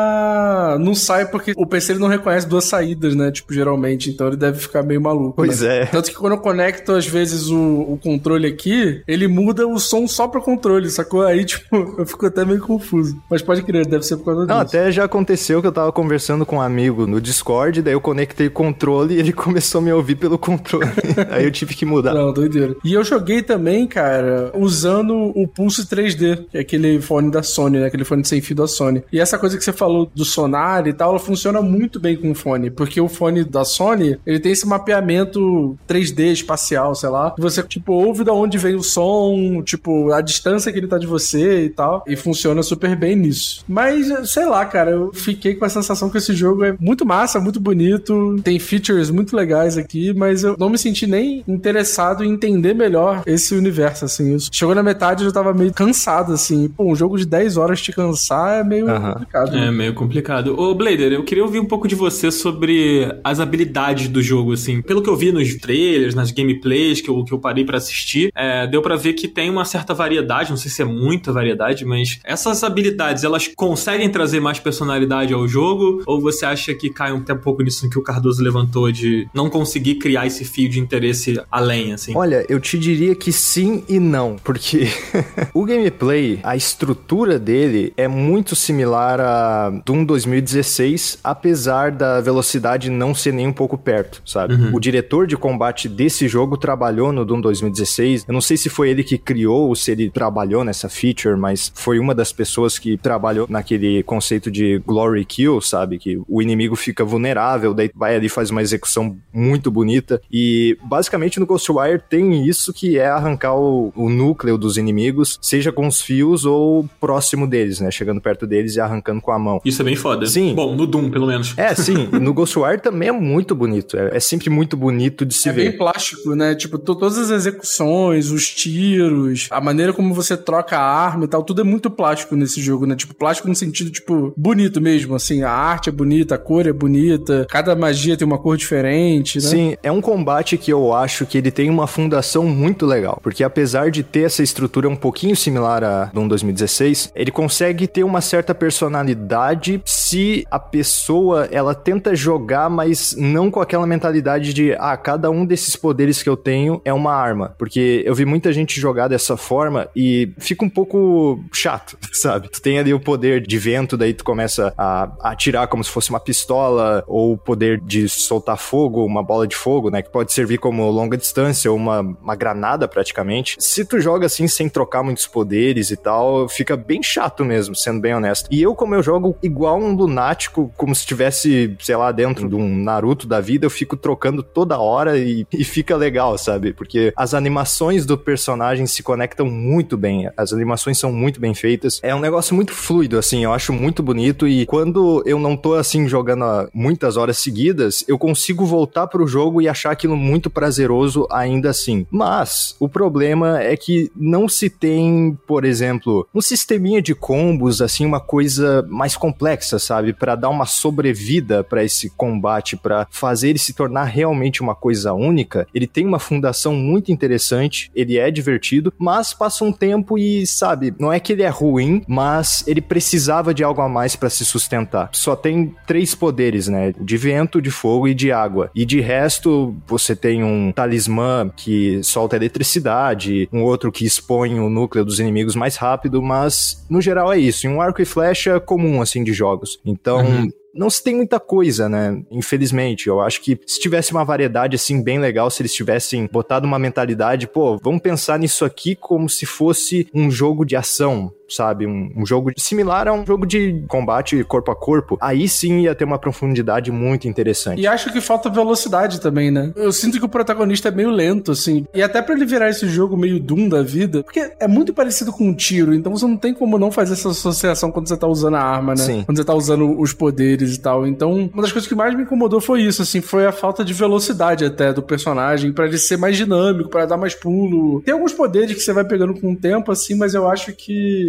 B: Ah, não sai porque o P C ele não reconhece duas saídas, né? Tipo, geralmente, então ele deve ficar meio maluco.
D: Pois
B: né?
D: é.
B: Tanto que quando eu conecto, às vezes, o, o controle aqui, ele muda o som só pro controle, sacou? Aí, tipo, eu fico até meio confuso. Mas pode crer, deve ser por causa disso.
D: Não, até já aconteceu que eu tava conversando com um amigo no Discord, daí eu conectei o controle e ele começou a me ouvir pelo controle. Aí eu tive que mudar.
B: Não, doideira. E eu joguei também, cara, usando o Pulse três D, que é aquele fone da Sony, né? Aquele fone sem fio da Sony. E essa coisa que você falou do sonar e tal, ela funciona muito bem com o fone, porque o fone da Sony, ele tem esse mapeamento três D espacial, sei lá, que você, tipo, ouve de onde vem o som, tipo, a distância que ele tá de você e tal, e funciona super bem nisso. Mas, sei lá, cara, eu fiquei com a sensação que esse jogo é muito massa, muito bonito, tem features muito legais aqui, mas eu não me senti nem interessado em entender melhor esse universo, assim. Chegou na metade e eu já tava meio cansado, assim. Pô, um jogo de dez horas te cansar é meio uhum. complicado.
A: Né? É meio complicado. Ô, Blader, eu queria ouvir um pouco de você sobre as habilidades do jogo, assim. Pelo que eu vi nos trailers, nas gameplays que eu, que eu parei pra assistir, é, deu pra ver que tem uma certa variedade, não sei se é muita variedade, mas essas habilidades, elas conseguem trazer mais personalidade ao jogo? Ou você acha que cai um, um pouco nisso que o Cardoso levantou de não conseguir criar esse fio de interesse além, assim?
D: Olha, eu te diria que sim e não, porque o gameplay, a estrutura dele é muito similar a Doom dois mil e dezesseis, apesar da velocidade não ser nem um pouco perto, sabe? Uhum. O diretor de combate desse jogo trabalhou no Doom dois mil e dezesseis, eu não sei se foi ele que criou ou se ele trabalhou nessa feature, mas foi uma das pessoas que trabalhou naquele conceito de glory kill, sabe? Que o inimigo fica vulnerável, daí vai ali e faz uma execução muito bonita, e basicamente no Ghostwire tem isso, que é arrancar o, o núcleo dos inimigos, seja com os fios ou próximo deles, né? Chegando perto deles e arrancando com a mão.
A: Isso é bem foda.
D: Sim.
A: Bom, no Doom, pelo menos.
D: É, sim. No Ghostwire também é muito bonito. É, é sempre muito bonito de se
B: é
D: ver.
B: É bem plástico, né? Tipo, to- todas as execuções, os tiros, a maneira como você troca a arma e tal, tudo é muito plástico nesse jogo, né? Tipo, plástico no sentido, tipo, bonito mesmo, assim. A arte é bonita, a cor é bonita, cada magia tem uma cor diferente, né?
D: Sim, é um combate que eu acho que ele tem uma fundação muito legal, porque apesar de ter essa estrutura um pouquinho similar a Doom dois mil e dezesseis, ele consegue ter uma certa personalidade se a pessoa, ela tenta jogar, mas não com aquela mentalidade de, ah, cada um desses poderes que eu tenho é uma arma, porque eu vi muita gente jogar dessa forma e fica um pouco chato, sabe? Tu tem ali o poder de vento, daí tu começa a atirar como se fosse uma pistola, ou o poder de soltar fogo, uma bola de fogo, né, que pode servir como longa distância ou uma, uma granada praticamente. Se tu joga assim sem trocar muitos poderes e tal, fica bem chato mesmo, sendo bem honesto. E eu, como eu jogo igual um lunático, como se estivesse, sei lá, dentro de um Naruto da vida, eu fico trocando toda hora e, e fica legal, sabe? Porque as animações do personagem se conectam muito bem, as animações são muito bem feitas. É um negócio muito fluido, assim, eu acho muito bonito, e quando eu não tô, assim, jogando muitas horas seguidas, eu consigo voltar pro jogo e achar aquilo muito prazeroso ainda assim. Mas o problema é que não se tem, por exemplo, um sisteminha de combos, assim, uma coisa mais complexa, sabe? Pra dar uma sobrevida pra esse combate, pra fazer ele se tornar realmente uma coisa única. Ele tem uma fundação muito interessante, ele é divertido, mas passa um tempo e, sabe, não é que ele é ruim, mas ele precisava de algo a mais pra se sustentar. Só tem três poderes, né? De vento, de fogo e de água. E de resto, você tem um talismã que solta eletricidade, um outro que expõe o núcleo dos inimigos mais rápido, mas no geral é isso. E um arco e flecha comum, assim, de jogos. Então... Uhum. Não se tem muita coisa, né? Infelizmente. Eu acho que se tivesse uma variedade, assim, bem legal, se eles tivessem botado uma mentalidade, pô, vamos pensar nisso aqui como se fosse um jogo de ação, sabe? Um, um jogo similar a um jogo de combate corpo a corpo. Aí sim ia ter uma profundidade muito interessante.
B: E acho que falta velocidade também, né? Eu sinto que o protagonista é meio lento, assim. E até pra ele virar esse jogo meio Doom da vida, porque é muito parecido com um tiro, então você não tem como não fazer essa associação quando você tá usando a arma, né?
D: Sim.
B: Quando você tá usando os poderes e tal. Então, uma das coisas que mais me incomodou foi isso, assim, foi a falta de velocidade até do personagem, pra ele ser mais dinâmico, pra dar mais pulo. Tem alguns poderes que você vai pegando com o tempo, assim, mas eu acho que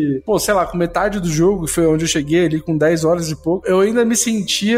B: que, pô, sei lá, com metade do jogo, que foi onde eu cheguei ali, com dez horas e pouco, eu ainda me sentia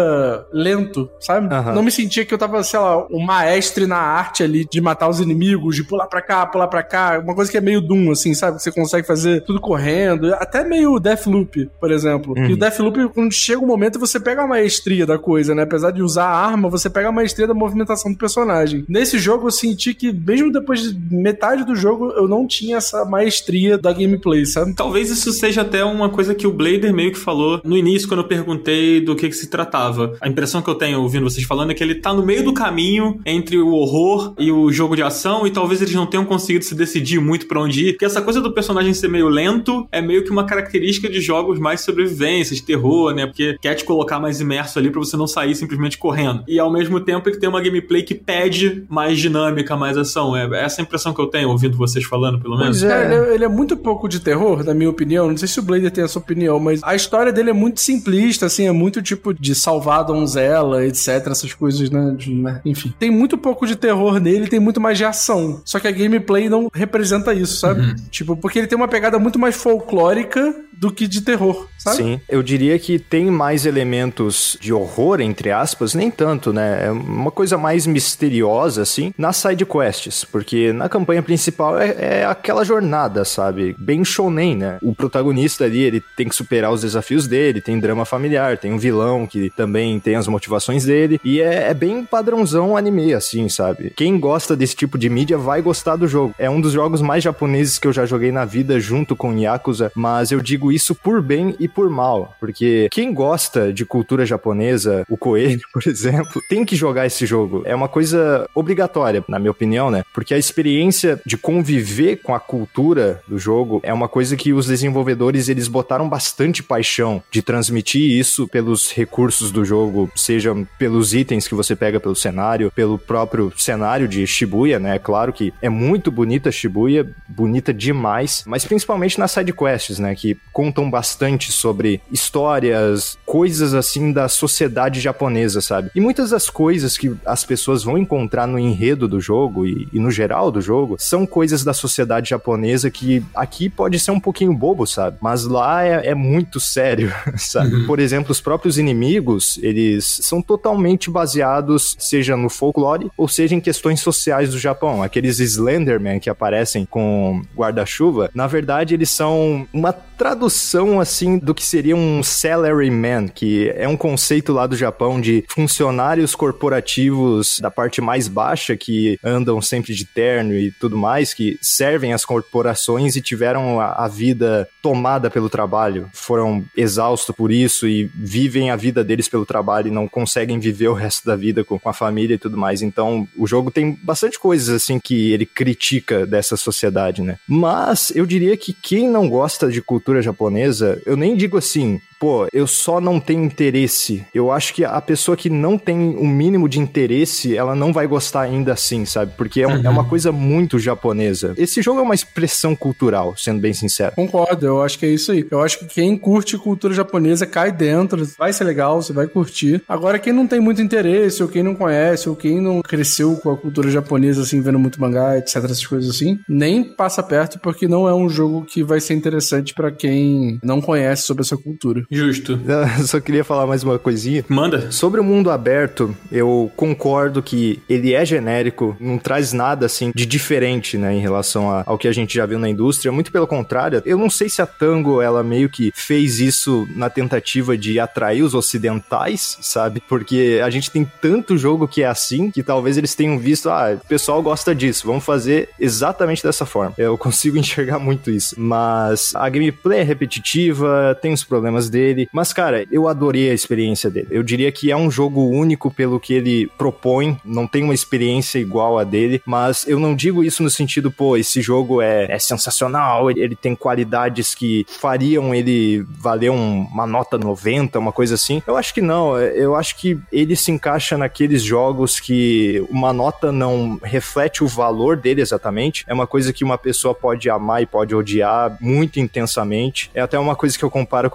B: lento, sabe? Uhum. Não me sentia que eu tava, sei lá, um maestre na arte ali de matar os inimigos, de pular pra cá, pular pra cá, uma coisa que é meio Doom, assim, sabe? Que você consegue fazer tudo correndo, até meio Deathloop, por exemplo. Uhum. E o Deathloop, quando chega um momento, você pega a maestria da coisa, né? Apesar de usar a arma, você pega a maestria da movimentação do personagem. Nesse jogo, eu senti que, mesmo depois de metade do jogo, eu não tinha essa maestria da gameplay, sabe?
A: Talvez isso seja até uma coisa que o Blader meio que falou no início, quando eu perguntei do que, que se tratava. A impressão que eu tenho ouvindo vocês falando é que ele tá no meio do caminho entre o horror e o jogo de ação, e talvez eles não tenham conseguido se decidir muito pra onde ir, porque essa coisa do personagem ser meio lento é meio que uma característica de jogos mais sobrevivência, de terror, né? Porque quer te colocar mais imerso ali pra você não sair simplesmente correndo. E ao mesmo tempo ele tem uma gameplay que pede mais dinâmica, mais ação. É essa a impressão que eu tenho ouvindo vocês falando, pelo menos.
B: Pois é, ele é, ele é muito pouco de terror, na minha opinião. Não sei se o Blader tem essa opinião, mas a história dele é muito simplista, assim, é muito tipo de salvar a donzela, etc, essas coisas, né? De, né? Enfim. Tem muito pouco de terror nele, tem muito mais de ação. Só que a gameplay não representa isso, sabe? Uhum. Tipo, porque ele tem uma pegada muito mais folclórica do que de terror, sabe?
D: Sim, eu diria que tem mais elementos de horror, entre aspas, nem tanto, né? É uma coisa mais misteriosa, assim, nas side quests, porque na campanha principal é, é aquela jornada, sabe? Bem shonen, né? O protagonista ali, ele tem que superar os desafios dele, tem drama familiar, tem um vilão que também tem as motivações dele, e é, é bem padrãozão anime, assim, sabe? Quem gosta desse tipo de mídia vai gostar do jogo. É um dos jogos mais japoneses que eu já joguei na vida, junto com Yakuza, mas eu digo isso por bem e por mal, porque quem gosta de cultura japonesa, o Coelho, por exemplo, tem que jogar esse jogo. É uma coisa obrigatória, na minha opinião, né? Porque a experiência de conviver com a cultura do jogo é uma coisa que os desenvolvedores, eles botaram bastante paixão de transmitir isso pelos recursos do jogo, seja pelos itens que você pega pelo cenário, pelo próprio cenário de Shibuya, né? Claro que é muito bonita Shibuya, bonita demais, mas principalmente nas sidequests, né? Que contam bastante sobre histórias, coisas assim da sociedade japonesa, sabe? E muitas das coisas que as pessoas vão encontrar no enredo do jogo e, e no geral do jogo são coisas da sociedade japonesa que aqui pode ser um pouquinho bobo, sabe? Mas lá é, é muito sério, sabe? Uhum. Por exemplo, os próprios inimigos, eles são totalmente baseados, seja no folclore ou seja em questões sociais do Japão. Aqueles Slenderman que aparecem com guarda-chuva, na verdade eles são uma tradução, assim, do que seria um salaryman, que é um conceito lá do Japão de funcionários corporativos da parte mais baixa, que andam sempre de terno e tudo mais, que servem às corporações e tiveram a, a vida tomada pelo trabalho, foram exaustos por isso e vivem a vida deles pelo trabalho e não conseguem viver o resto da vida com, com a família e tudo mais. Então, o jogo tem bastante coisas, assim, que ele critica dessa sociedade, né? Mas, eu diria que quem não gosta de cultura japonesa, eu nem digo assim, pô, eu só não tenho interesse. Eu acho que a pessoa que não tem um mínimo de interesse, ela não vai gostar ainda assim, sabe? Porque é, um, uhum. é uma coisa muito japonesa. Esse jogo é uma expressão cultural, sendo bem sincero.
B: Concordo, eu acho que é isso aí. Eu acho que quem curte cultura japonesa cai dentro, vai ser legal, você vai curtir. Agora, quem não tem muito interesse, ou quem não conhece, ou quem não cresceu com a cultura japonesa, assim, vendo muito mangá, etcétera, essas coisas assim, nem passa perto, porque não é um jogo que vai ser interessante pra quem não conhece sobre essa cultura.
A: Justo.
D: Eu só queria falar mais uma coisinha.
A: Manda.
D: Sobre o mundo aberto, eu concordo que ele é genérico, não traz nada, assim, de diferente, né, em relação a, ao que a gente já viu na indústria. Muito pelo contrário, eu não sei se a Tango, ela meio que fez isso na tentativa de atrair os ocidentais, sabe? Porque a gente tem tanto jogo que é assim, que talvez eles tenham visto, ah, o pessoal gosta disso, vamos fazer exatamente dessa forma. Eu consigo enxergar muito isso. Mas a gameplay é repetitiva, tem os problemas dele, mas, cara, eu adorei a experiência dele. Eu diria que é um jogo único pelo que ele propõe, não tem uma experiência igual a dele, mas eu não digo isso no sentido, pô, esse jogo é, é sensacional, ele, ele tem qualidades que fariam ele valer um, uma nota noventa, uma coisa assim. Eu acho que não, eu acho que ele se encaixa naqueles jogos que uma nota não reflete o valor dele exatamente, é uma coisa que uma pessoa pode amar e pode odiar muito intensamente. É até uma coisa que eu comparo com Death Stranding,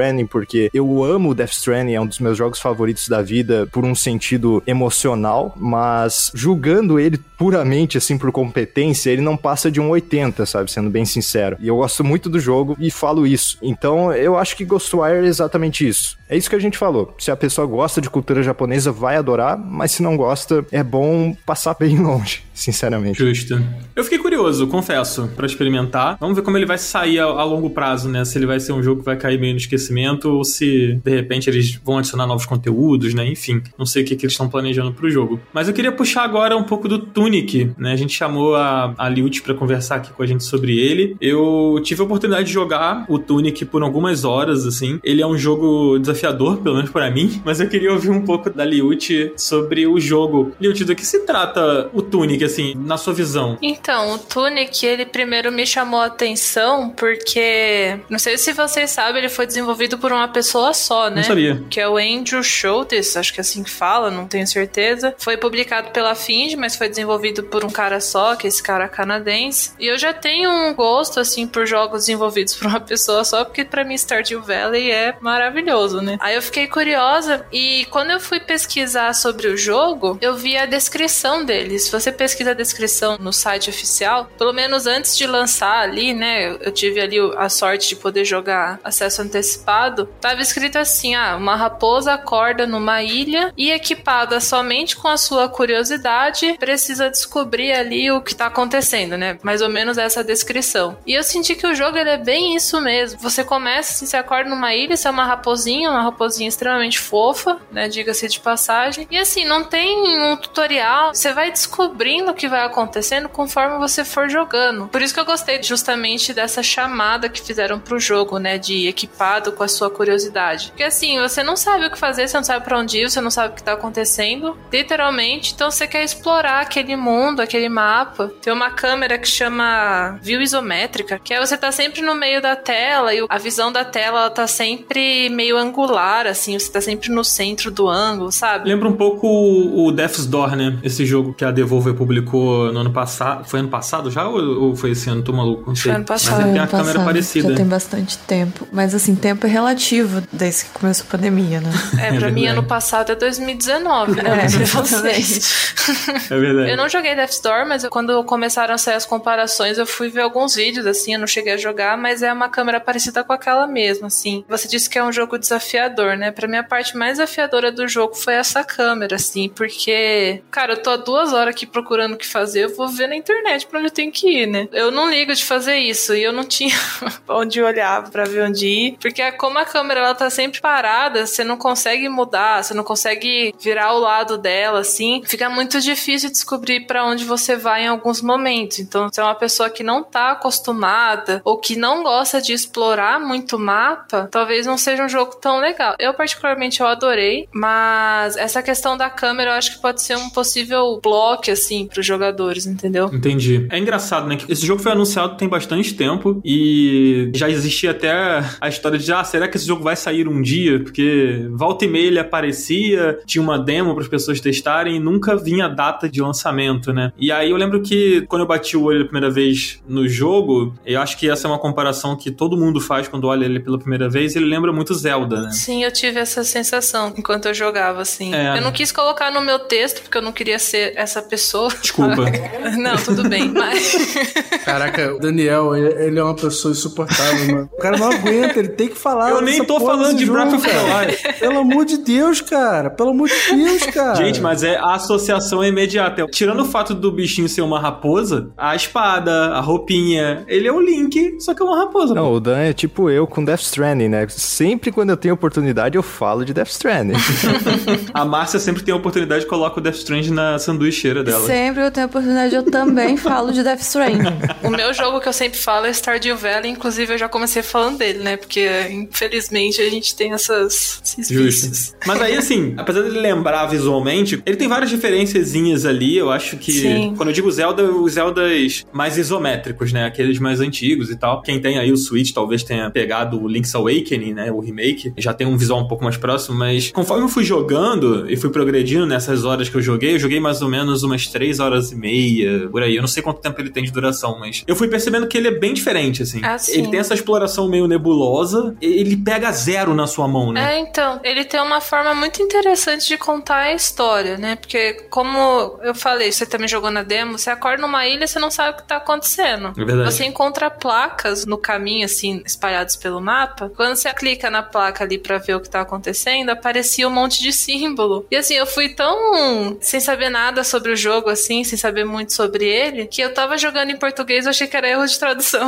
D: Stranding, porque eu amo Death Stranding, é um dos meus jogos favoritos da vida por um sentido emocional, mas julgando ele puramente, assim, por competência, ele não passa de um oitenta, sabe? Sendo bem sincero. E eu gosto muito do jogo e falo isso. Então, eu acho que Ghostwire é exatamente isso. É isso que a gente falou. Se a pessoa gosta de cultura japonesa, vai adorar, mas se não gosta, é bom passar bem longe, sinceramente.
A: Justo. Eu fiquei curioso, confesso, pra experimentar. Vamos ver como ele vai sair a, a longo prazo, né? Se ele vai ser um jogo que vai cair meio no esquecimento ou se, de repente, eles vão adicionar novos conteúdos, né? Enfim, não sei o que, que eles estão planejando pro jogo. Mas eu queria puxar agora um pouco do Tunic, né? A gente chamou a, a Liut pra conversar aqui com a gente sobre ele. Eu tive a oportunidade de jogar o Tunic por algumas horas, assim. Ele é um jogo desafiador, pelo menos pra mim, mas eu queria ouvir um pouco da Liut sobre o jogo. Liut, do que se trata o Tunic, assim, na sua visão?
E: Então, o Tunic, ele primeiro me chamou a atenção porque, não sei se vocês sabem, ele foi desenvolvido por uma pessoa só, né?
A: Não sabia.
E: Que é o Andrew Schultz, acho que é assim que fala, não tenho certeza. Foi publicado pela Finge, mas foi desenvolvido por um cara só, que é esse cara canadense. E eu já tenho um gosto, assim, por jogos desenvolvidos por uma pessoa só, porque pra mim Stardew Valley é maravilhoso, né? Aí eu fiquei curiosa e quando eu fui pesquisar sobre o jogo, eu vi a descrição dele. Se você pesquisa a descrição no site oficial, pelo menos antes de lançar ali, né, eu tive ali a sorte de poder jogar acesso antecipado, tava escrito assim, ah, uma raposa acorda numa ilha e equipada somente com a sua curiosidade, precisa descobrir ali o que tá acontecendo, né, mais ou menos essa descrição. E eu senti que o jogo, ele é bem isso mesmo. Você começa, assim, você acorda numa ilha, você é uma raposinha, uma raposinha extremamente fofa, né, diga-se de passagem, e assim, não tem um tutorial, você vai descobrindo o que vai acontecendo conforme você for jogando. Por isso que eu gostei justamente dessa chamada que fizeram pro jogo, né, de equipado com a sua curiosidade. Porque assim, você não sabe o que fazer, você não sabe pra onde ir, você não sabe o que tá acontecendo, literalmente, então você quer explorar aquele mundo, aquele mapa. Tem uma câmera que chama view isométrica, que é você tá sempre no meio da tela e a visão da tela, ela tá sempre meio angular, assim, você tá sempre no centro do ângulo, sabe?
A: Lembra um pouco o Death's Door, né? Esse jogo que a Devolver publicou no ano passado. Foi ano passado já ou, ou foi esse ano? Tô maluco, não sei.
E: Foi ano passado.
A: Mas ele tem a
C: Ano
A: câmera
C: passado,
A: parecida.
C: Já tem bastante tempo. Mas assim, tempo é relativo desde que começou a pandemia, né?
E: É, pra
A: É
E: mim
A: verdade.
E: ano passado é dois mil e dezenove, né?
C: É,
E: Não sei
C: exatamente.
E: vocês.
A: É verdade.
E: Eu não joguei Death's Door, mas eu, quando começaram a sair as comparações, eu fui ver alguns vídeos, assim, eu não cheguei a jogar, mas é uma câmera parecida com aquela mesmo, assim. Você disse que é um jogo desafiador, né? Pra mim, a parte mais desafiadora do jogo foi essa câmera, assim, porque, cara, eu tô há duas horas aqui procurando o que fazer, eu vou ver na internet pra onde eu tenho que ir, né? Eu não ligo de fazer isso, e eu não tinha onde olhar pra ver onde ir, porque como a câmera, ela tá sempre parada, você não consegue mudar, você não consegue virar o lado dela, assim, fica muito difícil descobrir pra onde você vai em alguns momentos. Então, se é uma pessoa que não tá acostumada, ou que não gosta de explorar muito o mapa, talvez não seja um jogo tão legal. Eu, particularmente, eu adorei, mas essa questão da câmera, eu acho que pode ser um possível bloco, assim, pros jogadores, entendeu?
A: Entendi. É engraçado, né? Que esse jogo foi anunciado tem bastante tempo e já existia até a história de, ah, será que esse jogo vai sair um dia? Porque volta e meia ele aparecia, tinha uma demo para as pessoas testarem e nunca vinha a data de lançamento, né? E aí eu lembro que quando eu bati o olho a primeira vez no jogo, eu acho que essa é uma comparação que todo mundo faz quando olha ele pela primeira vez, ele lembra muito Zelda, né?
E: Sim, eu tive essa sensação enquanto eu jogava, assim.
A: É.
E: Eu não quis colocar no meu texto, porque eu não queria ser essa pessoa.
A: Desculpa.
E: Não, tudo bem, mas...
B: Caraca, o Daniel, ele, ele é uma pessoa insuportável, mano. O cara não aguenta, ele tem que falar.
A: Eu nem
B: dessa
A: tô
B: porra
A: falando
B: desse
A: de Breath
B: jogo,
A: of the
B: cara.
A: Wild.
B: Pelo amor de Deus, cara. Pelo amor de Deus, cara.
A: Gente, mas é a associação é imediata. Tirando o fato do bichinho ser uma raposa, a espada, a roupinha, ele é o Link, só que é uma raposa.
D: Não, o Dan é tipo eu com Death Stranding, né? Sempre quando eu tenho oportunidade, eu falo de Death Stranding.
A: A Márcia sempre tem a oportunidade de colocar o Death Stranding na sanduicheira dela.
C: Sempre eu tenho a oportunidade, eu também falo de Death Stranding.
E: O meu jogo que eu sempre falo é Stardew Valley, inclusive eu já comecei falando dele, né? Porque, infelizmente, a gente tem essas, esses vícios.
A: Justo. Mas aí, assim, apesar dele lembrar visualmente, ele tem várias diferenciazinhas ali, eu acho que...
E: Sim.
A: Quando eu digo Zelda, os Zeldas mais isométricos, né? Aqueles mais antigos e tal. Quem tem aí o Switch talvez tenha pegado o Link's Awakening, né? O remake. Já tem um visual um pouco mais próximo, mas conforme eu fui jogando e fui progredindo nessas horas que eu joguei, eu joguei mais ou menos umas três horas e meia, por aí. Eu não sei quanto tempo ele tem de duração, mas eu fui percebendo que ele é bem diferente, assim.
E: Ah, sim.
A: Ele tem essa exploração meio nebulosa e ele pega zero na sua mão, né?
E: É, então, ele tem uma forma muito interessante de contar a história, né? Porque, como eu falei, você também jogou na demo, você acorda numa ilha e você não sabe o que tá acontecendo.
A: É verdade.
E: Você encontra placas no caminho, assim, espalhados pelo mapa. Quando você clica na placa ali pra ver o que tá acontecendo, aparecia um monte de símbolo. E assim, eu fui tão sem saber nada sobre o jogo, assim, sem saber muito sobre ele, que eu tava jogando em português, eu achei que era erro de tradução.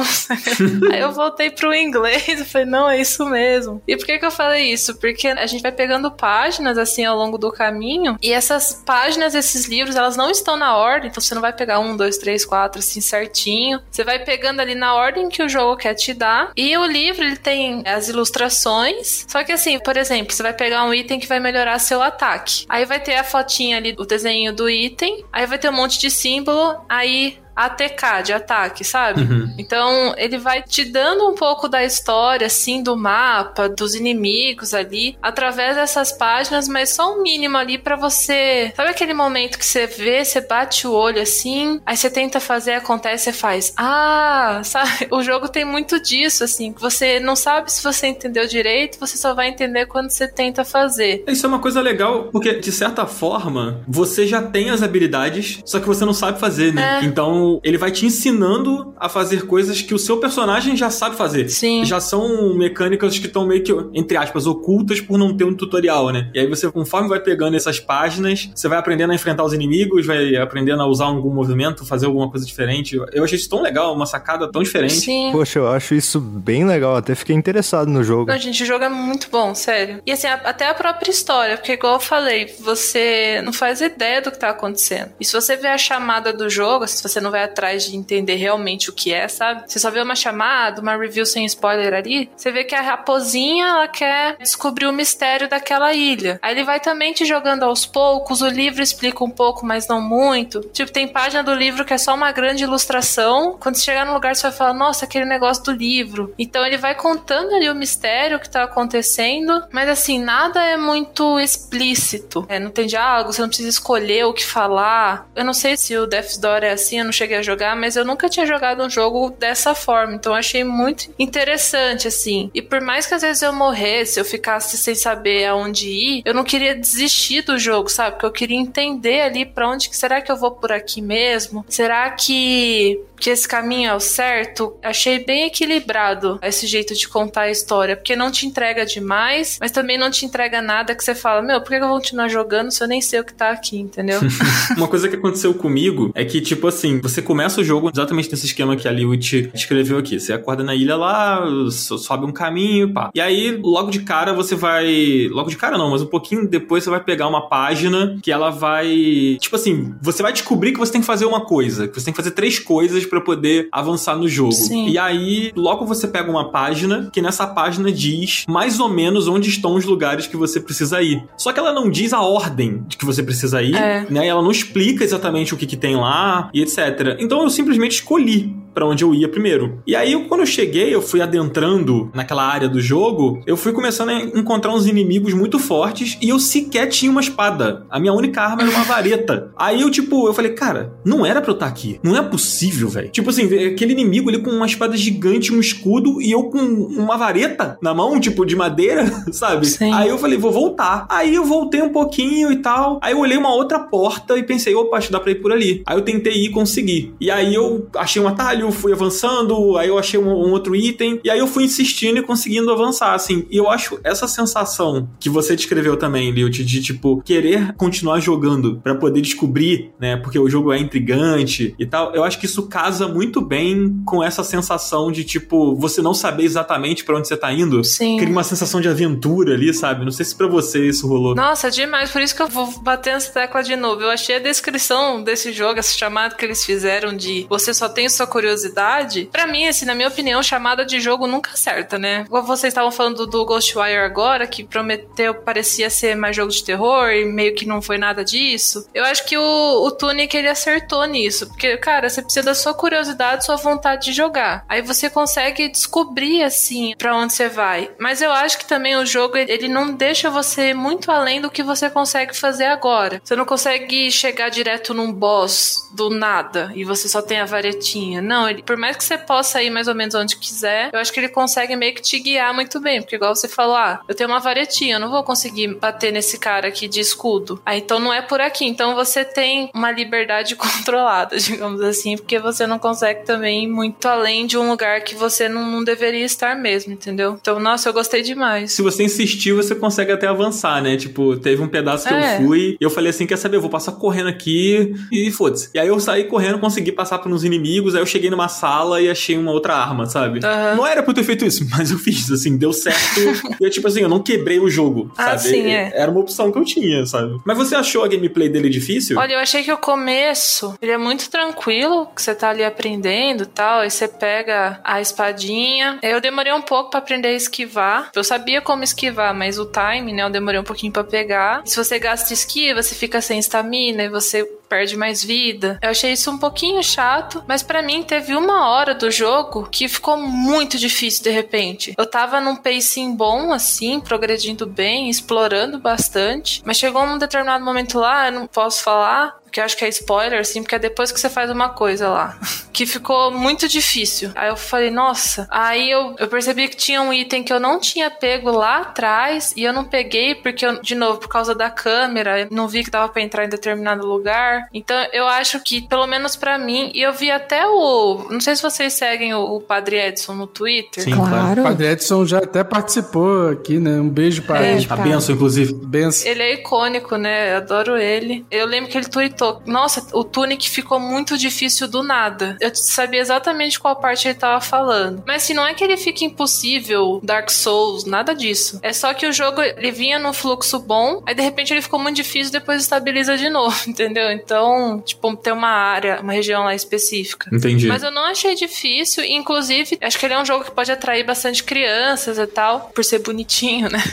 E: Aí eu voltei pro inglês e falei, não, é isso mesmo. E por que que eu falei isso? Porque a gente vai pegando páginas, assim, ao longo do caminho, e essas páginas, esses livros, elas não estão na ordem, então você não vai pegar um, dois, três, quatro, assim, certinho. Você vai pegando ali na ordem que o jogo quer te dar, e o livro, ele tem as ilustrações, só que assim, por exemplo, você vai pegar um item que vai melhorar seu ataque. Aí vai ter a fotinha ali, o desenho do item, aí vai ter um monte de símbolo, aí A T K, de ataque, sabe?
A: Uhum.
E: Então, ele vai te dando um pouco da história, assim, do mapa, dos inimigos ali, através dessas páginas, mas só um mínimo ali pra você... Sabe aquele momento que você vê, você bate o olho assim, aí você tenta fazer, acontece, você faz... Ah, sabe? O jogo tem muito disso, assim, que você não sabe se você entendeu direito, você só vai entender quando você tenta fazer.
A: Isso é uma coisa legal, porque, de certa forma, você já tem as habilidades, só que você não sabe fazer, né?
E: É.
A: Então, ele vai te ensinando a fazer coisas que o seu personagem já sabe fazer.
E: Sim.
A: Já são mecânicas que estão meio que, entre aspas, ocultas por não ter um tutorial, né? E aí você, conforme vai pegando essas páginas, você vai aprendendo a enfrentar os inimigos, vai aprendendo a usar algum movimento, fazer alguma coisa diferente. Eu achei isso tão legal, uma sacada tão diferente.
E: Sim.
D: Poxa, eu acho isso bem legal, até fiquei interessado no jogo.
E: Não, gente, o jogo é muito bom, sério. E assim, a- até a própria história, porque igual eu falei, você não faz ideia do que tá acontecendo. E se você vê a chamada do jogo, se você não vai atrás de entender realmente o que é, sabe? Você só vê uma chamada, uma review sem spoiler ali, você vê que a raposinha, ela quer descobrir o mistério daquela ilha. Aí ele vai também te jogando aos poucos, o livro explica um pouco, mas não muito. Tipo, tem página do livro que é só uma grande ilustração. Quando você chegar no lugar, você vai falar, nossa, aquele negócio do livro. Então ele vai contando ali o mistério que tá acontecendo, mas assim, nada é muito explícito. É, não tem diálogo, você não precisa escolher o que falar. Eu não sei se o Death's Door é assim, eu não cheguei a jogar, mas eu nunca tinha jogado um jogo dessa forma, então eu achei muito interessante, assim. E por mais que às vezes eu morresse, eu ficasse sem saber aonde ir, eu não queria desistir do jogo, sabe? Porque eu queria entender ali pra onde que será que eu vou por aqui mesmo? Será que que esse caminho é o certo? Achei bem equilibrado esse jeito de contar a história, porque não te entrega demais, mas também não te entrega nada que você fala, meu, por que eu vou continuar jogando se eu nem sei o que tá aqui, entendeu?
A: Uma coisa que aconteceu comigo é que, tipo assim, você começa o jogo exatamente nesse esquema que a Liut escreveu aqui. Você acorda na ilha lá, sobe um caminho, pá. E aí, logo de cara, você vai... Logo de cara não, mas um pouquinho depois você vai pegar uma página que ela vai... Tipo assim, você vai descobrir que você tem que fazer uma coisa, que você tem que fazer três coisas pra poder avançar no jogo.
E: Sim.
A: E aí, logo você pega uma página, que nessa página diz mais ou menos onde estão os lugares que você precisa ir. Só que ela não diz a ordem de que você precisa ir,
E: É.
A: né? Ela não explica exatamente o que que tem lá e etcétera. Então eu simplesmente escolhi pra onde eu ia primeiro. E aí, eu, quando eu cheguei, eu fui adentrando naquela área do jogo, eu fui começando a encontrar uns inimigos muito fortes e eu sequer tinha uma espada. A minha única arma era uma vareta. Aí eu, tipo, eu falei, cara, não era pra eu estar aqui. Não é possível, velho. Tipo assim, aquele inimigo ali com uma espada gigante, um escudo e eu com uma vareta na mão, tipo, de madeira, sabe?
E: Sim.
A: Aí eu falei, vou voltar. Aí eu voltei um pouquinho e tal. Aí eu olhei uma outra porta e pensei, opa, acho que dá pra ir por ali. Aí eu tentei ir e consegui. E aí eu achei um atalho, fui avançando, aí eu achei um, um outro item, e aí eu fui insistindo e conseguindo avançar, assim. E eu acho essa sensação que você descreveu também, Liut, de, tipo, querer continuar jogando pra poder descobrir, né, porque o jogo é intrigante e tal, eu acho que isso casa muito bem com essa sensação de, tipo, você não saber exatamente pra onde você tá indo.
E: Sim.
A: Cria uma sensação de aventura ali, sabe? Não sei se pra você isso rolou.
E: Nossa, demais. Por isso que eu vou bater nessa tecla de novo. Eu achei a descrição desse jogo, essa chamada que eles fizeram de você só tem sua curiosidade. Pra mim, assim, na minha opinião, chamada de jogo nunca acerta, né? Igual vocês estavam falando do Ghostwire agora, que prometeu, parecia ser mais jogo de terror e meio que não foi nada disso. Eu acho que o, o Tunic, ele acertou nisso. Porque, cara, você precisa da sua curiosidade, sua vontade de jogar. Aí você consegue descobrir, assim, pra onde você vai. Mas eu acho que também o jogo, ele não deixa você ir muito além do que você consegue fazer agora. Você não consegue chegar direto num boss do nada e você só tem a varetinha. Não, não, ele, por mais que você possa ir mais ou menos onde quiser, eu acho que ele consegue meio que te guiar muito bem, porque igual você falou, ah, eu tenho uma varetinha, eu não vou conseguir bater nesse cara aqui de escudo. Ah, então não é por aqui. Então você tem uma liberdade controlada, digamos assim, porque você não consegue também ir muito além de um lugar que você não, não deveria estar mesmo, entendeu? Então, nossa, eu gostei demais.
A: Se você insistir, você consegue até avançar, né? Tipo, teve um pedaço que é. eu fui e eu falei assim, quer saber, eu vou passar correndo aqui e foda-se. E aí eu saí correndo, consegui passar por uns inimigos, aí eu cheguei numa sala e achei uma outra arma, sabe? Uhum. Não era pra eu ter feito isso, mas eu fiz, assim, deu certo. E eu, tipo assim, eu não quebrei o jogo,
E: ah,
A: sabe?
E: Sim, é.
A: Era uma opção que eu tinha, sabe? Mas você achou a gameplay dele difícil?
E: Olha, eu achei que o começo, ele é muito tranquilo, que você tá ali aprendendo e tal, aí você pega a espadinha. Eu demorei um pouco pra aprender a esquivar. Eu sabia como esquivar, mas o time, né, eu demorei um pouquinho pra pegar. E se você gasta esquiva, você fica sem estamina e você perde mais vida. Eu achei isso um pouquinho chato, mas pra mim teve uma hora do jogo que ficou muito difícil de repente. Eu tava num pacing bom, assim, progredindo bem, explorando bastante, mas chegou um determinado momento lá, eu não posso falar, que eu acho que é spoiler, assim, porque é depois que você faz uma coisa lá, que ficou muito difícil. Aí eu falei, nossa, aí eu, eu percebi que tinha um item que eu não tinha pego lá atrás, e eu não peguei porque, eu, de novo, por causa da câmera, eu não vi que dava pra entrar em determinado lugar. Então, eu acho que, pelo menos pra mim, e eu vi até o... Não sei se vocês seguem o, o Padre Edson no Twitter.
A: Sim,
B: claro. O Padre Edson já até participou aqui, né? Um beijo para
E: é,
B: ele.
A: A benção, inclusive.
B: Benção.
E: Ele é icônico, né? Eu adoro ele. Eu lembro que ele tweetou, nossa, o Tunic ficou muito difícil do nada. Eu sabia exatamente qual parte ele tava falando. Mas assim, não é que ele fique impossível, Dark Souls, nada disso. É só que o jogo, ele vinha num fluxo bom, aí de repente ele ficou muito difícil e depois estabiliza de novo, entendeu? Então, tipo, tem uma área, uma região lá específica.
A: Entendi.
E: Mas eu não achei difícil, inclusive, acho que ele é um jogo que pode atrair bastante crianças e tal, por ser bonitinho, né?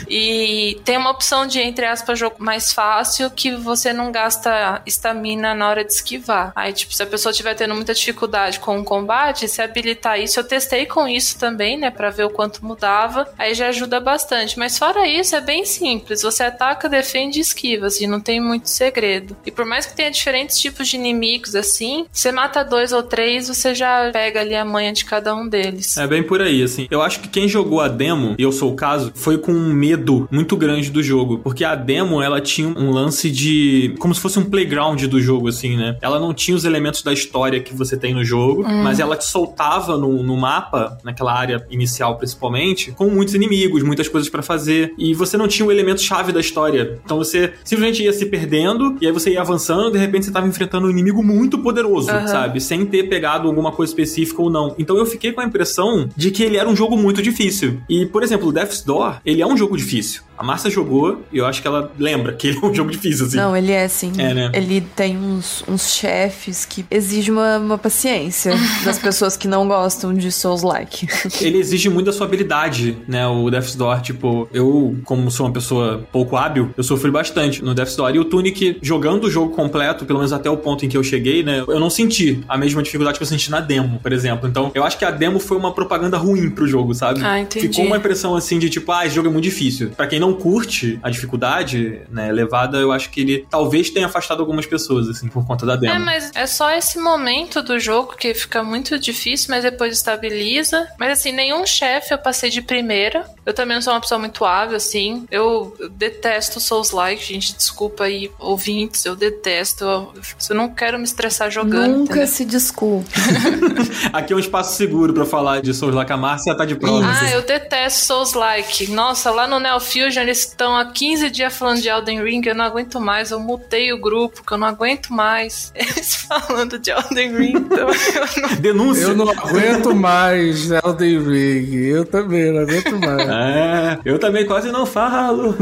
E: E tem uma opção de, entre aspas, jogo mais fácil, que você não gasta estamina na hora de esquivar. Aí, tipo, se a pessoa estiver tendo muita dificuldade com o combate, se habilitar isso, eu testei com isso também, né, pra ver o quanto mudava, aí já ajuda bastante. Mas fora isso, é bem simples. Você ataca, defende e esquiva, assim, não tem muito segredo. E por mais que tenha diferentes tipos de inimigos, assim, você mata dois ou três, você já pega ali a manha de cada um deles.
A: É bem por aí, assim. Eu acho que quem jogou a demo, e eu sou o caso, foi com um medo muito grande do jogo. Porque a demo, ela tinha um lance de... como se fosse um playground do jogo, assim, né? Ela não tinha os elementos da história que você tem no jogo, hum. mas ela te soltava no, no mapa, naquela área inicial principalmente, com muitos inimigos, muitas coisas pra fazer. E você não tinha o elemento chave da história. Então você simplesmente ia se perdendo, e aí você ia avançando, e de repente você tava enfrentando um inimigo muito poderoso, uhum. sabe? Sem ter pegado alguma coisa específica ou não. Então eu fiquei com a impressão de que ele era um jogo muito difícil. E, por exemplo, o Death's Door, ele é um jogo difícil. A Márcia jogou e eu acho que ela lembra que ele é um jogo difícil, assim.
C: Não, ele é, sim.
A: É, né?
C: Ele tem uns, uns chefes que exigem uma, uma paciência das pessoas que não gostam de Souls-like.
A: Ele exige muito da sua habilidade, né? O Death's Door, tipo, eu, como sou uma pessoa pouco hábil, eu sofri bastante no Death's Door. E o Tunic, jogando o jogo completo, pelo menos até o ponto em que eu cheguei, né? Eu não senti a mesma dificuldade que eu senti na demo, por exemplo. Então, eu acho que a demo foi uma propaganda ruim pro jogo, sabe?
E: Ah, entendi.
A: Ficou uma impressão, assim, de tipo, ah, esse jogo é muito difícil. Pra quem não curte a dificuldade, né, elevada, eu acho que ele talvez tenha afastado algumas pessoas, assim, por conta da demo.
E: É, mas é só esse momento do jogo que fica muito difícil, mas depois estabiliza. Mas, assim, nenhum chefe eu passei de primeira. Eu também não sou uma pessoa muito hábil, assim. Eu, eu detesto Souls-like, gente. Desculpa aí, ouvintes. Eu detesto. Eu, eu não quero me estressar jogando.
C: Nunca
E: entendeu?
C: se desculpe.
A: Aqui é um espaço seguro pra falar de Souls-like. A Márcia tá de prova.
E: Ah, eu detesto Souls-like. Nossa, lá no Neo Fusion eles estão há quinze dias falando de Elden Ring. Eu não aguento mais. Eu mutei o grupo, que eu não aguento mais. Eles falando de Elden Ring. Então eu não...
A: Denúncia.
B: Eu não aguento mais Elden Ring. Eu também não aguento mais.
A: É, eu também quase não falo.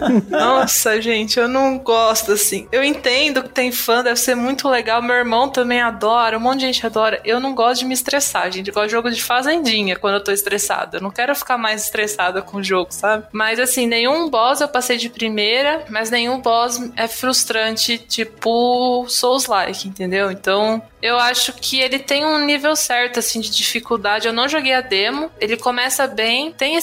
E: Nossa, gente, eu não gosto, assim. Eu entendo que tem fã, deve ser muito legal. Meu irmão também adora, um monte de gente adora. Eu não gosto de me estressar, gente. Eu gosto de jogo de fazendinha quando eu tô estressada. Eu não quero ficar mais estressada com o jogo, sabe? Mas, assim, nenhum boss eu passei de primeira, mas nenhum boss é frustrante, tipo Souls-like, entendeu? Então, eu acho que ele tem um nível certo, assim, de dificuldade. Eu não joguei a demo. Ele começa bem, tem esse pico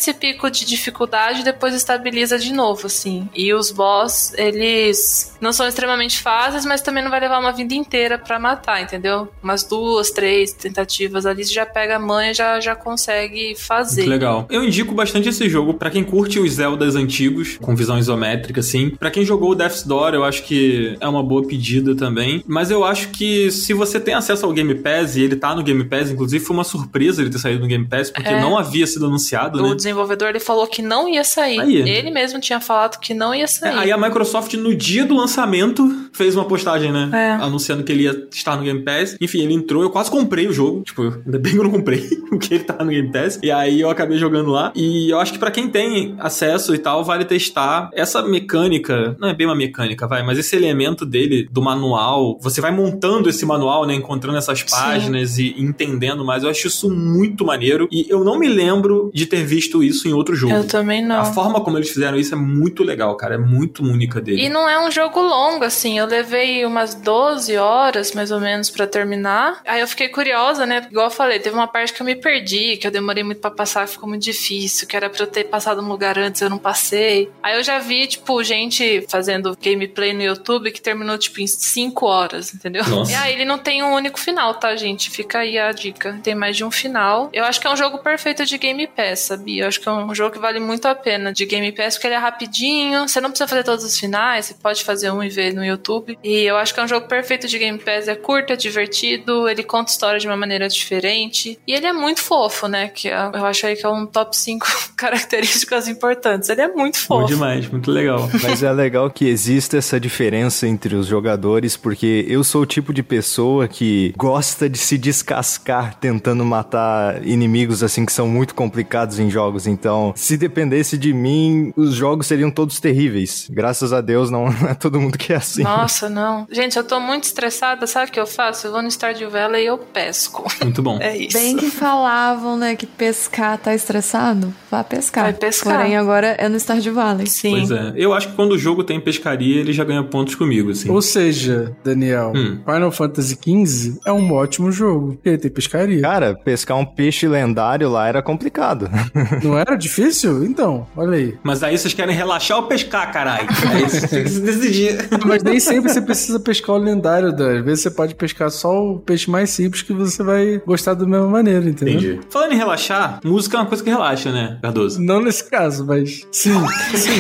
E: pico de dificuldade e depois estabiliza de novo, assim. E os boss, eles não são extremamente fáceis, mas também não vai levar uma vida inteira pra matar, entendeu? Umas duas, três tentativas ali, você já pega a manha e já, já consegue fazer.
A: Muito legal. Eu indico bastante esse jogo pra quem curte os Zeldas antigos, com visão isométrica, assim. Pra quem jogou o Death's Door, eu acho que é uma boa pedida também. Mas eu acho que se você tem acesso ao Game Pass, e ele tá no Game Pass, inclusive foi uma surpresa ele ter saído no Game Pass, porque
E: é.
A: não havia sido anunciado,
E: o
A: né?
E: desenvolvedor, ele falou que não ia sair.
A: Aí.
E: Ele mesmo tinha falado que não ia sair.
A: É, aí a Microsoft, no dia do lançamento, fez uma postagem, né?
E: É.
A: Anunciando que ele ia estar no Game Pass. Enfim, ele entrou, eu quase comprei o jogo. Tipo, ainda bem que eu não comprei, porque ele tá no Game Pass. E aí eu acabei jogando lá. E eu acho que pra quem tem acesso e tal, vale testar essa mecânica. Não é bem uma mecânica, vai, mas esse elemento dele, do manual. Você vai montando esse manual, né? Encontrando essas páginas Sim. e entendendo mais. Eu acho isso muito maneiro. E eu não me lembro de ter visto isso em outro jogo.
E: Eu também não.
A: A forma como eles fizeram isso é muito legal, cara. É muito única dele.
E: E não é um jogo longo, assim. Eu levei umas doze horas, mais ou menos, pra terminar. Aí eu fiquei curiosa, né? Igual eu falei, teve uma parte que eu me perdi, que eu demorei muito pra passar, ficou muito difícil, que era pra eu ter passado no lugar antes, eu não passei. Aí eu já vi, tipo, gente fazendo gameplay no YouTube que terminou, tipo, em cinco horas, entendeu?
A: Nossa.
E: E aí ele não tem um único final, tá, gente? Fica aí a dica. Tem mais de um final. Eu acho que é um jogo perfeito de Game Pass, sabia? Eu acho que é um jogo que vale muito a pena de Game Pass, porque ele é rapidinho, você não precisa fazer todos os finais, você pode fazer um e ver no YouTube. E eu acho que é um jogo perfeito de Game Pass, é curto, é divertido, ele conta história de uma maneira diferente. E ele é muito fofo, né? Que eu acho aí que é um top cinco características importantes. Ele é muito fofo.
A: Bom demais, muito legal.
D: Mas é legal que exista essa diferença entre os jogadores, porque eu sou o tipo de pessoa que gosta de se descascar tentando matar inimigos assim que são muito complicados em jogos. Então, se dependesse de mim, os jogos seriam todos terríveis. Graças a Deus, não é todo mundo que é assim.
E: Nossa, não. Gente, eu tô muito estressada, sabe o que eu faço? Eu vou no Stardew Valley e eu pesco.
A: Muito bom.
E: É isso.
C: Bem que falavam, né, que pescar tá estressado. Vá pescar.
E: Vai pescar.
C: Porém, agora é no Stardew Valley.
E: Sim.
A: Pois é. Eu acho que quando o jogo tem pescaria, ele já ganha pontos comigo, assim.
B: Ou seja, Daniel,
A: Hum.
B: Final Fantasy quinze é um ótimo jogo, porque ele tem pescaria.
D: Cara, pescar um peixe lendário lá era complicado.
B: Não era difícil? Então, olha aí.
A: Mas aí vocês querem relaxar ou pescar, caralho? Aí vocês têm que se decidir.
B: Mas nem sempre você precisa pescar o lendário, Dan. Às vezes você pode pescar só o peixe mais simples que você vai gostar da mesma maneira, entendeu?
A: Entendi. Falando em relaxar, música é uma coisa que relaxa, né, Cardoso?
B: Não nesse caso, mas sim. sim.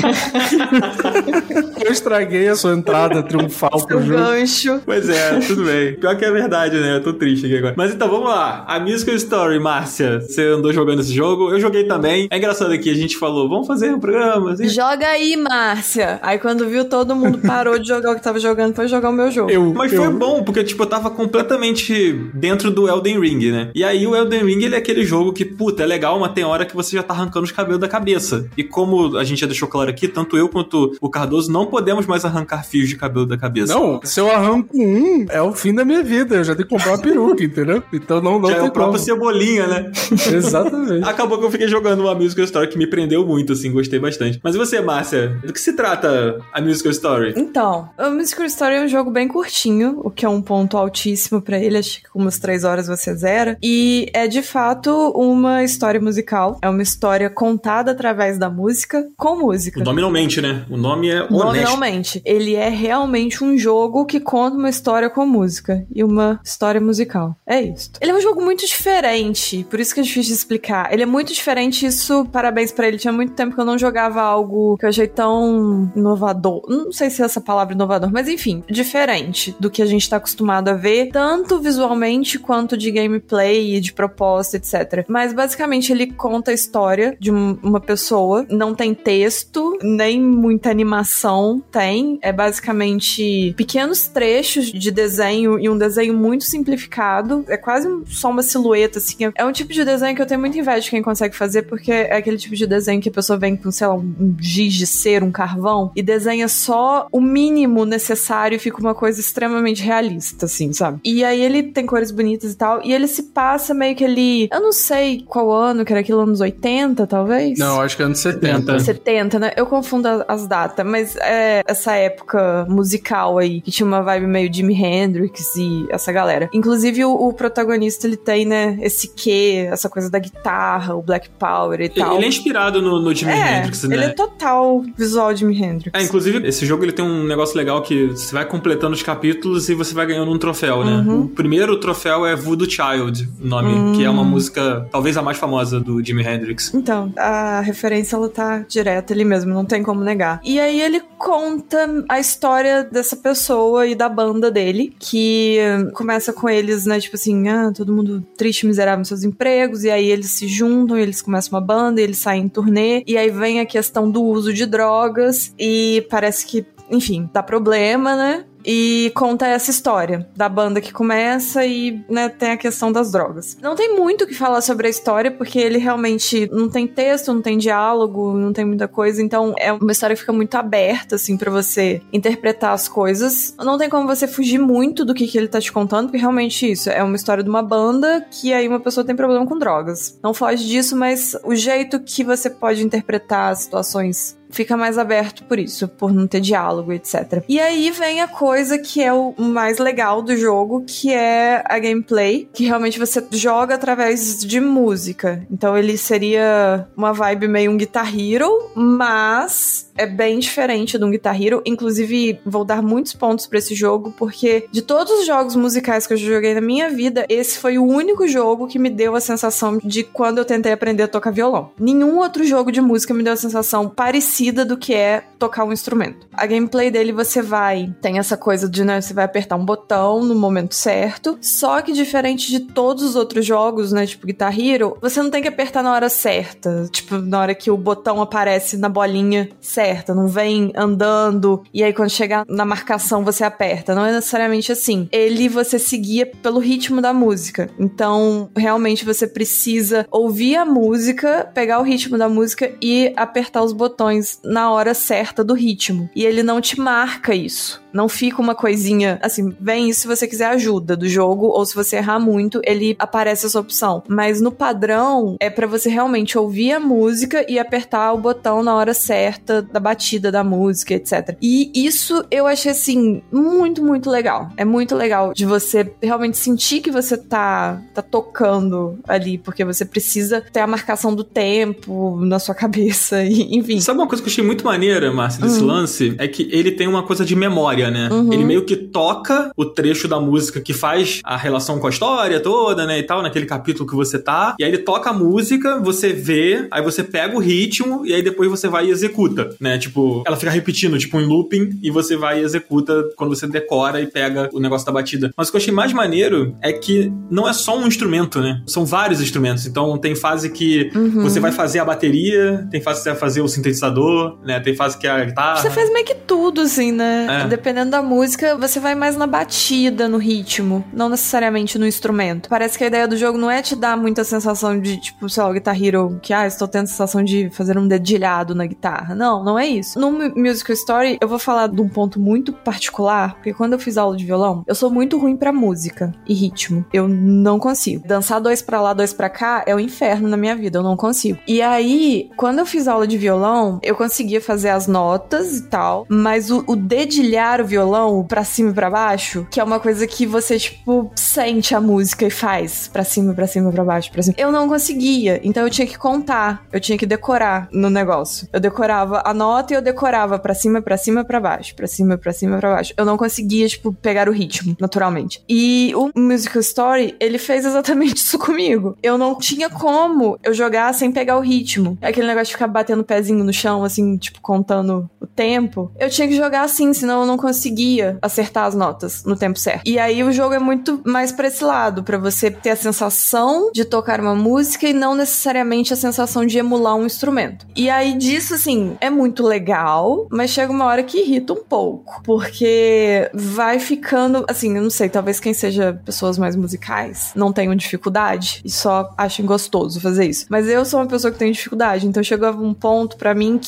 B: Eu estraguei a sua entrada triunfal
C: Seu
B: pro jogo.
C: gancho.
A: Pois é, tudo bem. Pior que é verdade, né? Eu tô triste aqui agora. Mas então, vamos lá. A Musical Story, Márcia. Você andou jogando esse jogo? Eu joguei também. É engraçado aqui, a gente falou, vamos fazer um programa, assim.
C: Joga aí, Márcia. Aí quando viu, todo mundo parou de jogar o que tava jogando, foi jogar o meu jogo.
B: Eu,
A: Mas
B: eu...
A: foi bom, porque, tipo, eu tava completamente dentro do Elden Ring, né? E aí o Elden Ring, ele é aquele jogo que, puta, é legal, mas tem hora que você já tá arrancando os cabelos da cabeça. E como a gente já deixou claro aqui, tanto eu quanto o Cardoso não podemos mais arrancar fios de cabelo da cabeça.
B: Não, se eu arranco um, é o fim da minha vida. Eu já tenho que comprar uma peruca, entendeu? Então não, não
A: já
B: tem
A: é o próprio
B: como.
A: Cebolinha, né?
B: Exatamente.
A: Acabou que eu fiquei jogando uma Musical Story que me prendeu muito, assim, gostei bastante. Mas e você, Márcia? Do que se trata a Musical Story?
C: Então, o Musical Story é um jogo bem curtinho, o que é um ponto altíssimo pra ele, acho que com umas três horas você zera. E é, de fato, uma história musical. É uma história contada através da música, com música.
A: O nome não mente, né? O nome é honesto.
C: Nominalmente. Ele é realmente um jogo que conta uma história com música e uma história musical. É isso. Ele é um jogo muito diferente, por isso que é difícil de explicar. Ele é muito diferente, isso, parabéns pra ele. Tinha muito tempo que eu não jogava algo que eu achei tão inovador. Não sei se é essa palavra inovador, mas enfim, diferente do que a gente tá acostumado a ver, tanto visualmente quanto de gameplay e de proposta, etcétera. Mas basicamente ele conta a história de um, uma pessoa, não tem texto, nem muita animação tem, é basicamente pequenos trechos de desenho e um desenho muito simplificado, é quase só uma silhueta, assim, é um tipo de desenho que eu tenho muita inveja de quem consegue fazer, porque é aquele tipo de desenho que a pessoa vem com, sei lá, um giz de cera, um carvão, e desenha só o mínimo necessário e fica uma coisa extremamente realista, assim, sabe? E aí ele tem cores bonitas e tal, e ele se passa meio que ele, eu não sei qual ano, que era aquilo, anos oitenta, talvez?
B: Não, acho que é anos setenta.
C: setenta, né? Eu confundo as datas, mas é essa época musical aí, que tinha uma vibe meio Jimi Hendrix e essa galera. Inclusive, o, o protagonista, ele tem, né, esse quê, essa coisa da guitarra, o Black Power e tal. total.
A: Ele é inspirado no, no Jimi
C: é,
A: Hendrix, né?
C: Ele é total visual Jimi Hendrix.
A: É, inclusive, esse jogo ele tem um negócio legal que você vai completando os capítulos e você vai ganhando um troféu, né?
C: Uhum.
A: O primeiro troféu é Voodoo Child, o nome,
C: uhum.
A: que é uma música, talvez a mais famosa do Jimi Hendrix.
C: Então, a referência, ela tá direta ali mesmo, não tem como negar. E aí ele conta a história dessa pessoa e da banda dele, que começa com eles, né, tipo assim, ah, todo mundo triste, miserável nos seus empregos, e aí eles se juntam, eles começam uma banda, eles saem em turnê, e aí vem a questão do uso de drogas, e parece que, enfim, dá problema, né? E conta essa história da banda que começa e, né, tem a questão das drogas. Não tem muito o que falar sobre a história, porque ele realmente não tem texto, não tem diálogo, não tem muita coisa, então é uma história que fica muito aberta, assim, pra você interpretar as coisas. Não tem como você fugir muito do que, que ele tá te contando, porque realmente isso é uma história de uma banda que aí uma pessoa tem problema com drogas. Não foge disso, mas o jeito que você pode interpretar as situações fica mais aberto por isso, por não ter diálogo, etcétera. E aí vem a coisa que é o mais legal do jogo, que é a gameplay, que realmente você joga através de música. Então ele seria uma vibe meio um Guitar Hero, mas é bem diferente de um Guitar Hero. Inclusive, vou dar muitos pontos pra esse jogo, porque de todos os jogos musicais que eu joguei na minha vida, esse foi o único jogo que me deu a sensação de quando eu tentei aprender a tocar violão. Nenhum outro jogo de música me deu a sensação parecida do que é tocar um instrumento. A gameplay dele, você vai... Tem essa coisa de, né, você vai apertar um botão no momento certo, só que diferente de todos os outros jogos, né, tipo Guitar Hero, você não tem que apertar na hora certa, tipo, na hora que o botão aparece na bolinha certa, não vem andando, e aí quando chegar na marcação você aperta, não é necessariamente assim. Ele, você seguia pelo ritmo da música, então, realmente você precisa ouvir a música, pegar o ritmo da música e apertar os botões na hora certa do ritmo. E ele não te marca isso. Não fica uma coisinha, assim, vem isso se você quiser ajuda do jogo, ou se você errar muito, ele aparece essa opção. Mas no padrão, é pra você realmente ouvir a música e apertar o botão na hora certa da batida da música, etcétera. E isso eu achei, assim, muito, muito legal. É muito legal de você realmente sentir que você tá, tá tocando ali, porque você precisa ter a marcação do tempo na sua cabeça, e, enfim.
A: Sabe uma coisa que eu achei muito maneira, Márcia, desse uhum. lance? É que ele tem uma coisa de memória, né? Uhum. Ele meio que toca o trecho da música que faz a relação com a história toda, né, e tal, naquele capítulo que você tá, e aí ele toca a música, você vê, aí você pega o ritmo, e aí depois você vai e executa, né? Tipo, ela fica repetindo, tipo, em looping, e você vai e executa quando você decora e pega o negócio da batida. Mas o que eu achei mais maneiro é que não é só um instrumento, né? São vários instrumentos. Então tem fase que uhum. você vai fazer a bateria, tem fase que você vai fazer o sintetizador, né? Tem fase que é a guitarra.
C: Você faz meio que tudo, assim, né? É. Dependendo da música, você vai mais na batida, no ritmo, não necessariamente no instrumento. Parece que a ideia do jogo não é te dar muita sensação de, tipo, sei lá, o Guitar Hero, que, ah, estou tendo a sensação de fazer um dedilhado na guitarra. Não, não é isso. No Musical Story, eu vou falar de um ponto muito particular, porque quando eu fiz aula de violão, eu sou muito ruim pra música e ritmo. Eu não consigo. Dançar dois pra lá, dois pra cá é o inferno na minha vida, eu não consigo. E aí, quando eu fiz aula de violão, eu conseguia fazer as notas e tal, mas o, o dedilhar o violão pra cima e pra baixo, que é uma coisa que você, tipo, sente a música e faz pra cima, pra cima, pra baixo, pra cima. Eu não conseguia, então eu tinha que contar, eu tinha que decorar no negócio. Eu decorava a nota e eu decorava pra cima, pra cima, pra baixo, pra cima, pra cima, pra baixo. Eu não conseguia, tipo, pegar o ritmo, naturalmente. E o Musical Story, ele fez exatamente isso comigo. Eu não tinha como eu jogar sem pegar o ritmo. Aquele negócio de ficar batendo o pezinho no chão, assim, tipo, contando o tempo. Eu tinha que jogar assim, senão eu não conseguia acertar as notas no tempo certo. E aí o jogo é muito mais pra esse lado, pra você ter a sensação de tocar uma música e não necessariamente a sensação de emular um instrumento. E aí disso, assim, é muito legal, mas chega uma hora que irrita um pouco, porque vai ficando, assim, eu não sei, talvez quem seja pessoas mais musicais não tenham dificuldade e só achem gostoso fazer isso. Mas eu sou uma pessoa que tem dificuldade, então chegava um ponto pra mim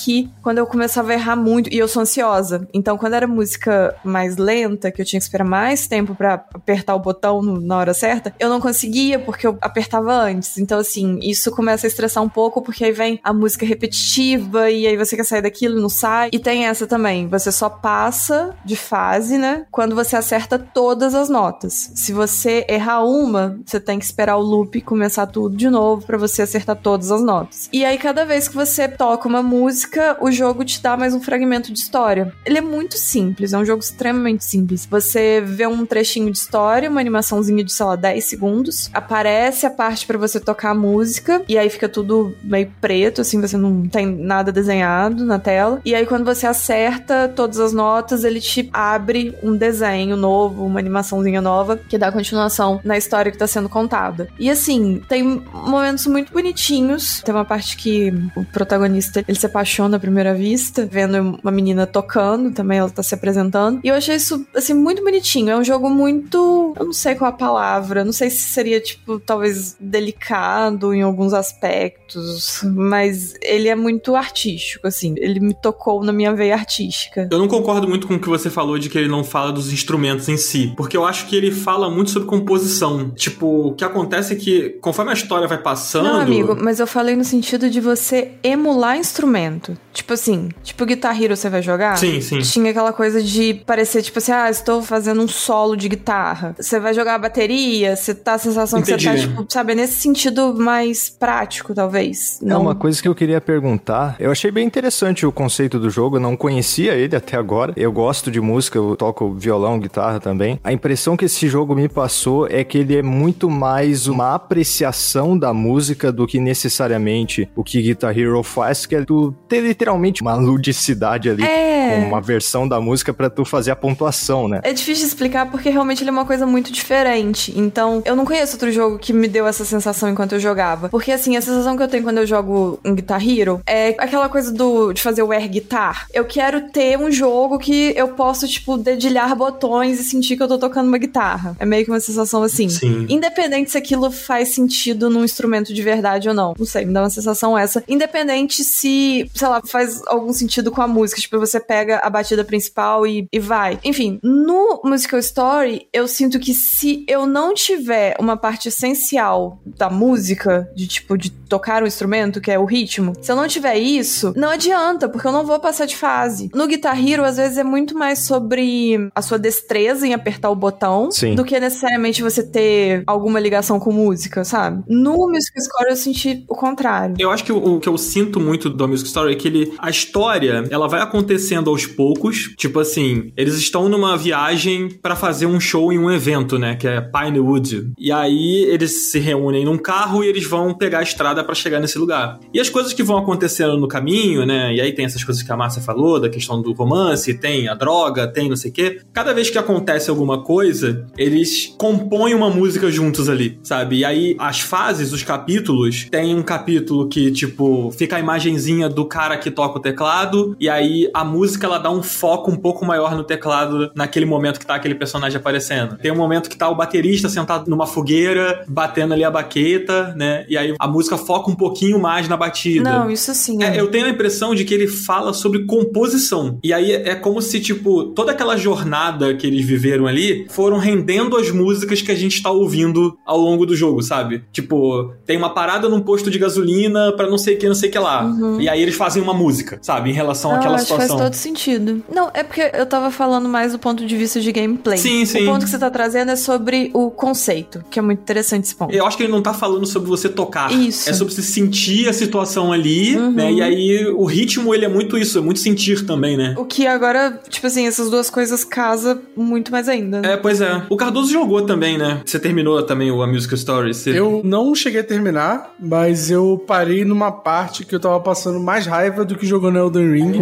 C: que quando eu começava a errar muito, e eu sou ansiosa, então quando era música mais lenta, que eu tinha que esperar mais tempo pra apertar o botão no, na hora certa, eu não conseguia porque eu apertava antes. Então, assim, isso começa a estressar um pouco, porque aí vem a música repetitiva e aí você quer sair daquilo e não sai. E tem essa também, você só passa de fase, né, quando você acerta todas as notas. Se você errar uma, você tem que esperar o loop e começar tudo de novo pra você acertar todas as notas. E aí, cada vez que você toca uma música, o jogo te dá mais um fragmento de história. Ele é muito simples, é um jogo extremamente simples. Você vê um trechinho de história, uma animaçãozinha de, sei lá, dez segundos, aparece a parte pra você tocar a música, e aí fica tudo meio preto, assim, você não tem nada desenhado na tela. E aí, quando você acerta todas as notas, ele te abre um desenho novo, uma animaçãozinha nova, que dá continuação na história que tá sendo contada. E assim, tem momentos muito bonitinhos. Tem uma parte que o protagonista, ele se apaixona à primeira vista, vendo uma menina tocando, também ela tá se apresentando. E eu achei isso, assim, muito bonitinho. É um jogo muito... eu não sei qual a palavra, não sei se seria, tipo, talvez delicado em alguns aspectos, mas ele é muito artístico, assim. Ele me tocou na minha veia artística.
A: Eu não concordo muito com o que você falou de que ele não fala dos instrumentos em si, porque eu acho que ele fala muito sobre composição. Tipo, o que acontece é que, conforme a história vai passando...
C: Não, amigo, mas eu falei no sentido de você emular instrumento. Tipo assim, tipo Guitar Hero você vai jogar?
A: Sim, sim.
C: Tinha aquela coisa de parecer, tipo assim, ah, estou fazendo um solo de guitarra. Você vai jogar a bateria, você tá a sensação
A: Entendi.
C: que você tá, tipo, sabe, nesse sentido mais prático, talvez.
D: É uma coisa que eu queria perguntar. Eu achei bem interessante o conceito do jogo, eu não conhecia ele até agora. Eu gosto de música, eu toco violão, guitarra também. A impressão que esse jogo me passou é que ele é muito mais uma apreciação da música do que necessariamente o que Guitar Hero faz, que é tu ter literalmente uma ludicidade ali,
C: É.
D: com uma versão da música pra tu fazer a pontuação, né?
C: É difícil de explicar porque realmente ele é uma coisa muito diferente. Então, eu não conheço outro jogo que me deu essa sensação enquanto eu jogava. Porque, assim, a sensação que eu tenho quando eu jogo um Guitar Hero é aquela coisa do, de fazer o air guitar. Eu quero ter um jogo que eu posso, tipo, dedilhar botões e sentir que eu tô tocando uma guitarra. É meio que uma sensação assim.
A: Sim.
C: Independente se aquilo faz sentido num instrumento de verdade ou não. Não sei, me dá uma sensação essa. Independente se, sei lá, faz algum sentido com a música. Tipo, você pega a batida principal e, e vai. Enfim, no Musical Story, eu sinto que se eu não tiver uma parte essencial da música, de tipo, de tocar um instrumento, que é o ritmo, se eu não tiver isso, não adianta, porque eu não vou passar de fase. No Guitar Hero, às vezes, é muito mais sobre a sua destreza em apertar o botão,
D: Sim.
C: do que necessariamente você ter alguma ligação com música, sabe? No Musical Story, eu senti o contrário.
A: Eu acho que o, o que eu sinto muito do Music Story é que ele, a história, ela vai acontecendo aos poucos. Tipo assim, eles estão numa viagem pra fazer um show em um evento, né? Que é Pinewood. E aí eles se reúnem num carro e eles vão pegar a estrada pra chegar nesse lugar. E as coisas que vão acontecendo no caminho, né? E aí tem essas coisas que a Márcia falou, da questão do romance, tem a droga, tem não sei o quê. Cada vez que acontece alguma coisa, eles compõem uma música juntos ali, sabe? E aí as fases, os capítulos, tem um capítulo que, tipo, fica a imagenzinha do cara que toca o teclado, e aí a música, ela dá um foco um pouco maior no teclado naquele momento que tá aquele personagem aparecendo. Tem um momento que tá o baterista sentado numa fogueira, batendo ali a baqueta, né? E aí a música foca um pouquinho mais na batida.
C: Não, isso sim.
A: É, eu tenho a impressão de que ele fala sobre composição. E aí é como se, tipo, toda aquela jornada que eles viveram ali foram rendendo as músicas que a gente tá ouvindo ao longo do jogo, sabe? Tipo, tem uma parada num posto de gasolina pra não sei o que, não sei o que lá. Uhum. E aí eles fazem uma música, sabe? Em relação
C: não,
A: àquela
C: acho
A: situação.
C: Que faz todo sentido. Não, é porque eu tava falando mais do ponto de vista de gameplay.
A: Sim, sim.
C: O ponto que você tá trazendo é sobre o conceito, que é muito interessante esse ponto.
A: Eu acho que ele não tá falando sobre você tocar.
C: Isso.
A: É sobre você sentir a situação ali,
C: uhum.
A: né? E aí o ritmo, ele é muito isso, é muito sentir também, né?
C: O que agora, tipo assim, essas duas coisas casam muito mais ainda. Né?
A: É, pois é. O Cardoso jogou também, né? Você terminou também o A Musical Story? Você...
B: Eu não cheguei a terminar, mas eu parei numa parte que eu tava passando mais raiva do que jogando Elden Ring.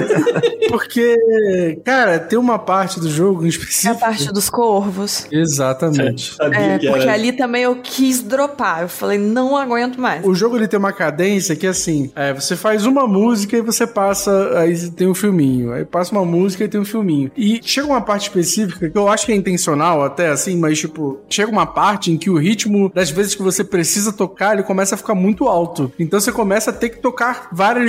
B: Porque, cara, tem uma parte do jogo em específico...
C: É a parte dos corvos.
B: Exatamente.
C: É, porque ali também eu quis dropar. Eu falei, não aguento mais.
B: O jogo, ele tem uma cadência que, assim, é, você faz uma música e você passa... Aí tem um filminho. Aí passa uma música e tem um filminho. E chega uma parte específica que eu acho que é intencional até, assim, mas, tipo, chega uma parte em que o ritmo, das vezes que você precisa tocar, ele começa a ficar muito alto. Então você começa a ter que tocar várias vezes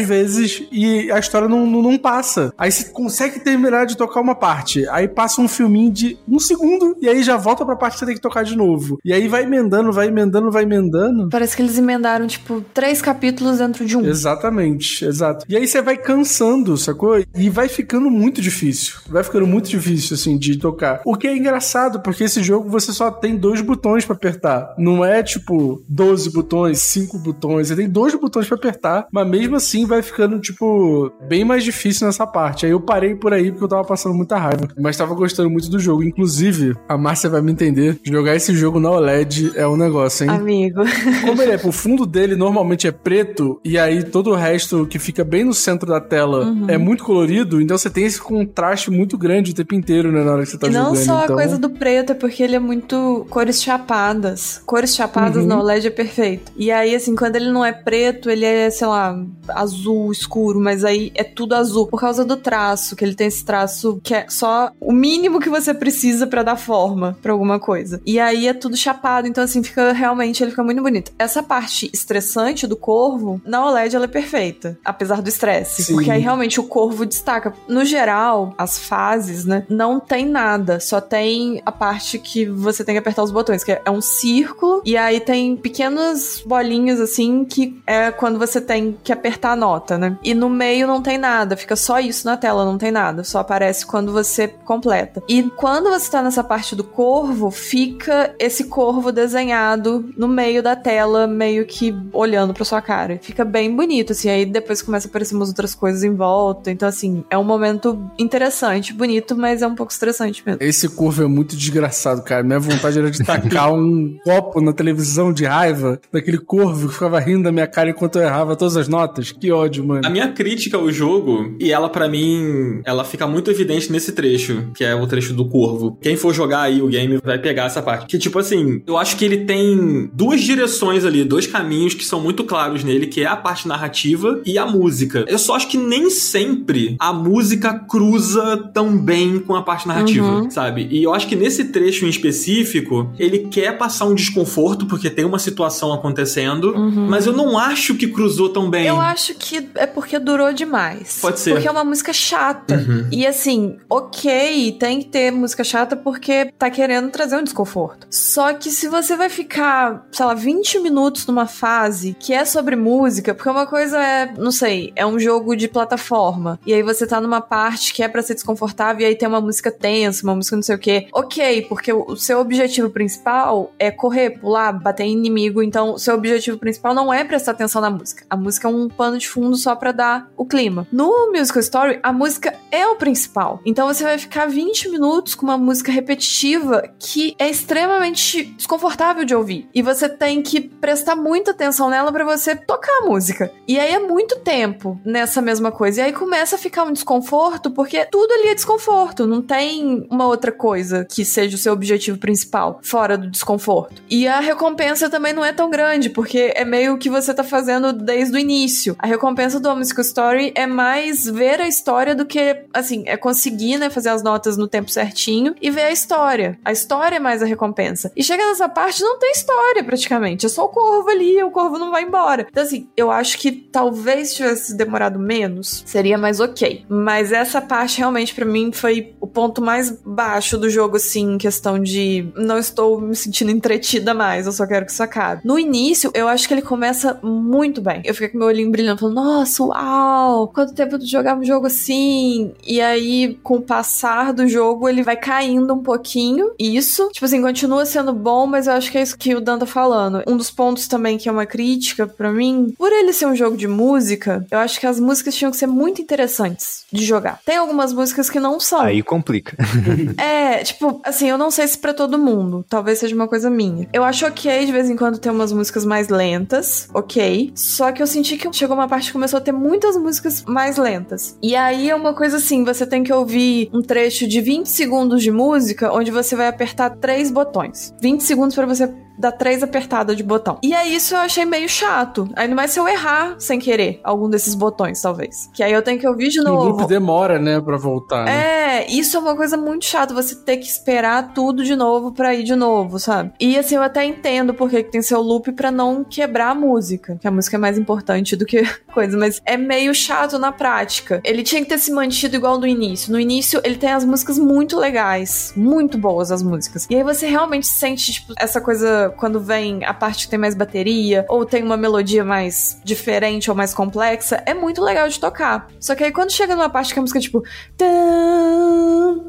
B: vezes e a história não, não, não passa. Aí você consegue terminar de tocar uma parte, aí passa um filminho de um segundo e aí já volta pra parte que você tem que tocar de novo. E aí vai emendando, vai emendando, vai emendando.
C: Parece que eles emendaram, tipo, três capítulos dentro de um.
B: Exatamente, exato. E aí você vai cansando, sacou? E vai ficando muito difícil. Vai ficando muito difícil, assim, de tocar. O que é engraçado, porque esse jogo você só tem dois botões pra apertar. Não é, tipo, doze botões, cinco botões. Você tem dois botões pra apertar, mas mesmo assim vai ficando, tipo, bem mais difícil nessa parte. Aí eu parei por aí porque eu tava passando muita raiva. Mas tava gostando muito do jogo. Inclusive, a Márcia vai me entender, jogar esse jogo na O L E D é um negócio, hein?
C: Amigo.
B: Como ele é, o fundo dele normalmente é preto, e aí todo o resto que fica bem no centro da tela uhum. é muito colorido, então você tem esse contraste muito grande o tempo inteiro, né, na hora que você tá
C: e
B: jogando.
C: Não só
B: então...
C: a coisa do preto, é porque ele é muito cores chapadas. Cores chapadas uhum. na O L E D é perfeito. E aí, assim, quando ele não é preto, ele é, sei lá, azul escuro, mas aí é tudo azul, por causa do traço, que ele tem esse traço que é só o mínimo que você precisa pra dar forma pra alguma coisa. E aí é tudo chapado, então assim, fica realmente, ele fica muito bonito. Essa parte estressante do corvo, na O L E D ela é perfeita, apesar do estresse. Sim. Porque aí realmente o corvo destaca. No geral, as fases, né, não tem nada, só tem a parte que você tem que apertar os botões, que é um círculo, e aí tem pequenas bolinhas assim, que é quando você tem que apertar a nota, né? E no meio não tem nada, fica só isso na tela, não tem nada, só aparece quando você completa. E quando você tá nessa parte do corvo, fica esse corvo desenhado no meio da tela, meio que olhando pra sua cara. Fica bem bonito, assim, aí depois começa a aparecer umas outras coisas em volta, então assim, é um momento interessante, bonito, mas é um pouco estressante mesmo.
B: Esse corvo é muito desgraçado, cara. Minha vontade era de tacar um copo na televisão de raiva daquele corvo que ficava rindo da minha cara enquanto eu errava todas as notas. Que ódio, mano.
A: A minha crítica ao jogo, e ela pra mim, ela fica muito evidente nesse trecho, que é o trecho do corvo. Quem for jogar aí o game vai pegar essa parte. Que tipo assim, eu acho que ele tem duas direções ali, dois caminhos que são muito claros nele, que é a parte narrativa e a música. Eu só acho que nem sempre a música cruza tão bem com a parte narrativa, uhum. sabe? E eu acho que nesse trecho em específico, ele quer passar um desconforto, porque tem uma situação acontecendo, uhum. mas eu não acho que cruzou tão bem.
C: Eu acho que é porque durou demais.
A: Pode ser.
C: Porque é uma música chata. Uhum. E assim, ok, tem que ter música chata porque tá querendo trazer um desconforto. Só que se você vai ficar, sei lá, vinte minutos numa fase que é sobre música, porque uma coisa é, não sei, é um jogo de plataforma, e aí você tá numa parte que é pra ser desconfortável, e aí tem uma música tensa, uma música não sei o quê. Ok, porque o seu objetivo principal é correr, pular, bater em inimigo, então o seu objetivo principal não é prestar atenção na música. A música é um pano de fundo só pra dar o clima. No Musical Story, a música é o principal. Então você vai ficar vinte minutos com uma música repetitiva que é extremamente desconfortável de ouvir. E você tem que prestar muita atenção nela pra você tocar a música. E aí é muito tempo nessa mesma coisa. E aí começa a ficar um desconforto, porque tudo ali é desconforto. Não tem uma outra coisa que seja o seu objetivo principal, fora do desconforto. E a recompensa também não é tão grande, porque é meio que você tá fazendo desde o início. A recompensa do Musical Story é mais ver a história do que, assim, é conseguir, né, fazer as notas no tempo certinho e ver a história. A história é mais a recompensa. E chega nessa parte, não tem história, praticamente. É só o corvo ali, e o corvo não vai embora. Então, assim, eu acho que talvez tivesse demorado menos, seria mais ok. Mas essa parte, realmente, pra mim, foi o ponto mais baixo do jogo, assim, em questão de não estou me sentindo entretida mais, eu só quero que isso acabe. No início, eu acho que ele começa muito bem. Eu fiquei com meu olhinho brilhando, falando, nossa, uau, quanto tempo de jogar um jogo assim? E aí, com o passar do jogo, ele vai caindo um pouquinho. Isso, tipo assim, continua sendo bom, mas eu acho que é isso que o Dan tá falando. Um dos pontos também que é uma crítica pra mim, por ele ser um jogo de música, eu acho que as músicas tinham que ser muito interessantes de jogar. Tem algumas músicas que não são.
D: Aí complica.
C: É, tipo, assim, eu não sei se pra todo mundo, talvez seja uma coisa minha. Eu acho ok de vez em quando ter umas músicas mais lentas, ok, só que eu senti que chegou uma parte que começou a ter muitas músicas mais lentas. E aí é uma coisa assim, você tem que ouvir um trecho de vinte segundos de música, onde você vai apertar três botões. vinte segundos pra você dar três apertadas de botão. E aí isso eu achei meio chato. Ainda mais se eu errar sem querer algum desses botões, talvez. Que aí eu tenho que ouvir de novo.
B: O loop demora, né, pra voltar. Né?
C: É, isso é uma coisa muito chata, você ter que esperar tudo de novo pra ir de novo, sabe? E assim, eu até entendo porque que tem seu loop pra não quebrar a música, que a música é mais importante do que coisa, mas é meio chato na prática. Ele tinha que ter se mantido igual no início. No início, ele tem as músicas muito legais, muito boas as músicas. E aí você realmente sente, tipo, essa coisa quando vem a parte que tem mais bateria, ou tem uma melodia mais diferente ou mais complexa, é muito legal de tocar. Só que aí quando chega numa parte que a música é tipo... Tan,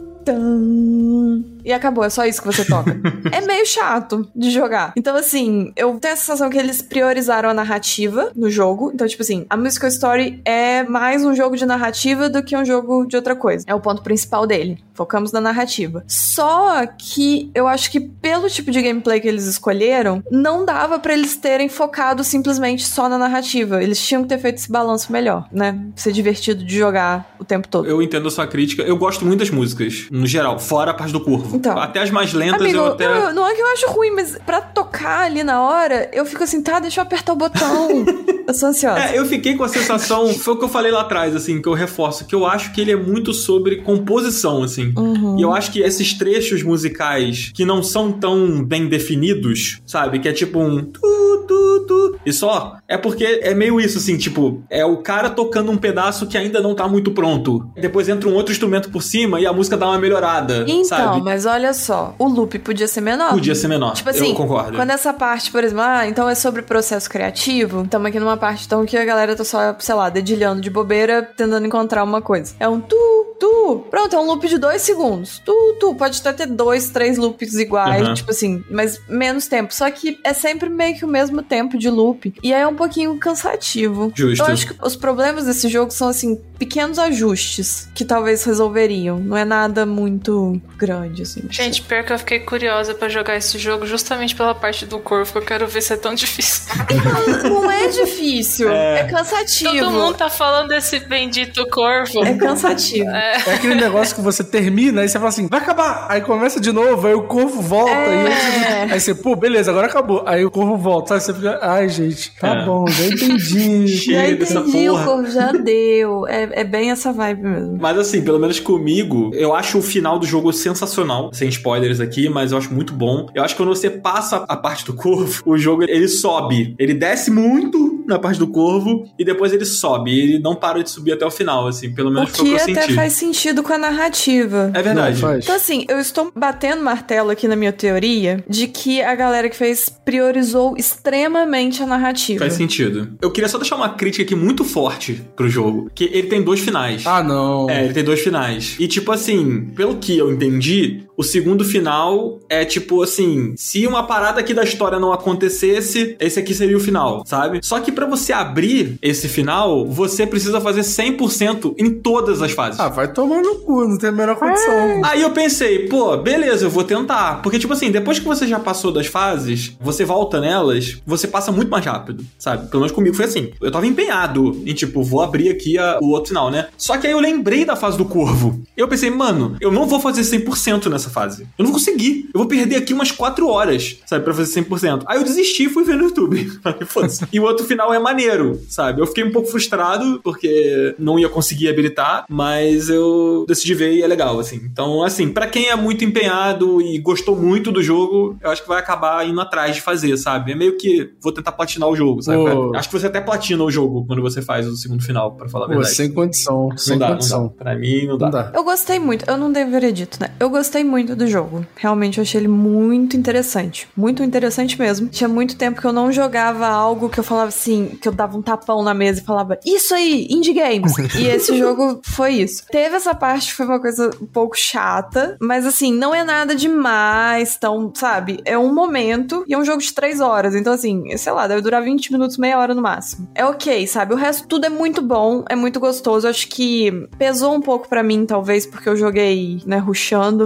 C: tan, e acabou, é só isso que você toca. É meio chato de jogar. Então, assim, eu tenho a sensação que eles priorizaram a narrativa no jogo. Então, tipo assim, a Musical Story é mais um jogo de narrativa do que um jogo de outra coisa. É o ponto principal dele. Focamos na narrativa. Só que eu acho que pelo tipo de gameplay que eles escolheram, não dava pra eles terem focado simplesmente só na narrativa. Eles tinham que ter feito esse balanço melhor, né? Ser divertido de jogar o tempo todo.
A: Eu entendo a sua crítica. Eu gosto muito das músicas, no geral, fora a parte do corvo.
C: Então,
A: até as mais lentas
C: amigo,
A: eu até...
C: Não, não é que eu acho ruim, mas pra tocar ali na hora, eu fico assim, tá, deixa eu apertar o botão. Eu sou ansiosa.
A: É, eu fiquei com a sensação, foi o que eu falei lá atrás, assim, que eu reforço, que eu acho que ele é muito sobre composição, assim.
C: Uhum.
A: E eu acho que esses trechos musicais que não são tão bem definidos, sabe? Que é tipo um tu, tu, tu, e só, é porque é meio isso, assim, tipo, é o cara tocando um pedaço que ainda não tá muito pronto. Depois entra um outro instrumento por cima e a música dá uma melhorada,
C: então,
A: sabe?
C: Mas olha só, o loop podia ser menor.
A: Podia ser menor,
C: tipo assim,
A: eu concordo.
C: Quando essa parte, por exemplo, ah, então é sobre processo criativo, estamos aqui numa parte então que a galera tá só, sei lá, dedilhando de bobeira, tentando encontrar uma coisa. É um tu, tu, pronto, é um loop de dois segundos. Tu, tu, pode até ter dois, três loops iguais, uhum. tipo assim, mas menos tempo. Só que é sempre meio que o mesmo tempo de loop. E aí é um pouquinho cansativo.
A: Justo.
C: Eu acho que os problemas desse jogo são, assim, pequenos ajustes que talvez resolveriam. Não é nada muito grande, assim.
E: Gente, pior que eu fiquei curiosa pra jogar esse jogo justamente pela parte do corvo, que eu quero ver se é tão difícil.
C: Não, não é difícil. É. é cansativo.
E: Todo mundo tá falando desse bendito corvo.
C: É cansativo.
B: É. é aquele negócio que você termina e você fala assim, vai acabar. Aí começa de novo, aí o corvo volta.
C: É.
B: E aí, você, aí você, pô, beleza, agora acabou. Aí o corvo volta. Aí você fica, ai, gente, tá é. bom, já entendi.
C: Já entendi, o corvo já deu. É, é bem essa vibe mesmo.
A: Mas assim, pelo menos comigo, eu acho o final do jogo sensacional. Sem spoilers aqui, mas eu acho muito bom. Eu acho que quando você passa a parte do corvo, o jogo, ele sobe. Ele desce muito na parte do corvo e depois ele sobe. Ele não para de subir até o final, assim. Pelo menos foi o que eu senti.
C: O que até faz sentido com a narrativa.
A: É verdade.
B: Não,
C: então assim, eu estou batendo martelo aqui na minha teoria de que a galera que fez priorizou extremamente a narrativa.
A: Faz sentido. Eu queria só deixar uma crítica aqui muito forte pro jogo. Que ele tem dois finais.
B: Ah, não.
A: É, ele tem dois finais. E tipo assim, pelo que eu entendi, o segundo final é tipo assim, se uma parada aqui da história não acontecesse, esse aqui seria o final, sabe? Só que pra você abrir esse final, você precisa fazer cem por cento em todas as fases.
B: Ah, vai tomar no cu, não tem a menor condição.
C: É.
A: Aí eu pensei, pô, beleza, eu vou tentar. Porque tipo assim, depois que você já passou das fases, você volta nelas, você passa muito mais rápido, sabe? Pelo menos comigo foi assim. Eu tava empenhado em tipo, vou abrir aqui a, o outro final, né? Só que aí eu lembrei da fase do corvo. Eu pensei, mano, eu não vou fazer cem por cento nessa fase. Eu não vou conseguir. Eu vou perder aqui umas quatro horas, sabe? Pra fazer cem por cento. Aí eu desisti e fui ver no YouTube. Foda-se. E o outro final é maneiro, sabe? Eu fiquei um pouco frustrado porque não ia conseguir habilitar, mas eu decidi ver e é legal, assim. Então, assim, pra quem é muito empenhado e gostou muito do jogo, eu acho que vai acabar indo atrás de fazer, sabe? É meio que vou tentar platinar o jogo, sabe?
B: Oh.
A: Acho que você até platina o jogo quando você faz o segundo final, pra falar a
B: Pô,
A: verdade.
B: sem condição,
A: não
B: sem
A: dá,
B: condição.
A: Não dá. Pra mim, não dá.
B: Não dá.
C: Eu gostei muito, eu não dei veredito, né? Eu gostei muito do jogo. Realmente, eu achei ele muito interessante. Muito interessante mesmo. Tinha muito tempo que eu não jogava algo que eu falava assim, que eu dava um tapão na mesa e falava, isso aí, indie games. E esse jogo foi isso. Teve essa parte que foi uma coisa um pouco chata, mas assim, não é nada demais, tão, sabe? É um momento e é um jogo de três horas. Então assim, sei lá, deve durar vinte minutos, meia hora no máximo. É ok, sabe? O resto tudo é muito bom, é muito gostoso. Acho que pesou um pouco pra mim, talvez, porque eu joguei, né, rushando pra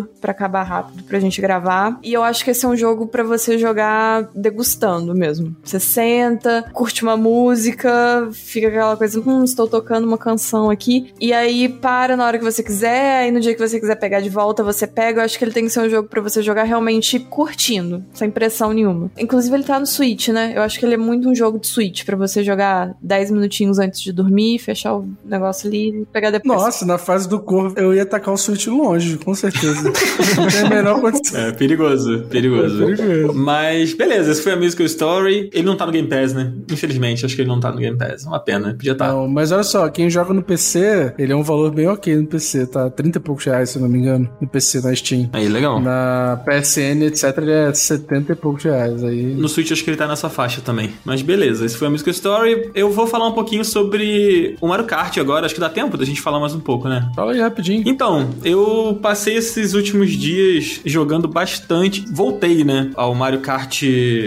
C: acabar rápido pra gente gravar. E eu acho que esse é um jogo pra você jogar degustando mesmo. Você senta, curte uma música, fica aquela coisa, hum, estou tocando uma canção aqui. E aí para na hora que você quiser, aí no dia que você quiser pegar de volta, você pega. Eu acho que ele tem que ser um jogo pra você jogar realmente curtindo, sem pressão nenhuma. Inclusive ele tá no Switch, né? Eu acho que ele é muito um jogo de Switch, pra você jogar dez minutinhos antes de dormir, fechar o negócio ali e pegar depois.
B: Nossa, na fase do corvo eu ia tacar o Switch longe, com certeza. Não tem a menor condição.
A: É, perigoso, perigoso.
B: É perigoso.
A: Mas, beleza, esse foi a Musical Story. Ele não tá no Game Pass, né? Infelizmente, acho que ele não tá no Game Pass. Uma pena, podia estar.
B: Não, mas olha só, quem joga no P C, ele é um valor bem ok no P C, tá? trinta e poucos reais, se eu não me engano, no P C, na Steam.
A: Aí, legal.
B: Na P S N, etcétera, ele é setenta e poucos reais. Aí...
A: No Switch, acho que ele tá nessa faixa também. Mas beleza, esse foi a Musical Story. Eu vou falar um pouquinho sobre o Mario Kart agora. Acho que dá tempo da gente falar mais um pouco, né?
B: Fala aí rapidinho.
A: Então, eu passei esses últimos dias jogando bastante. Voltei, né, ao Mario Kart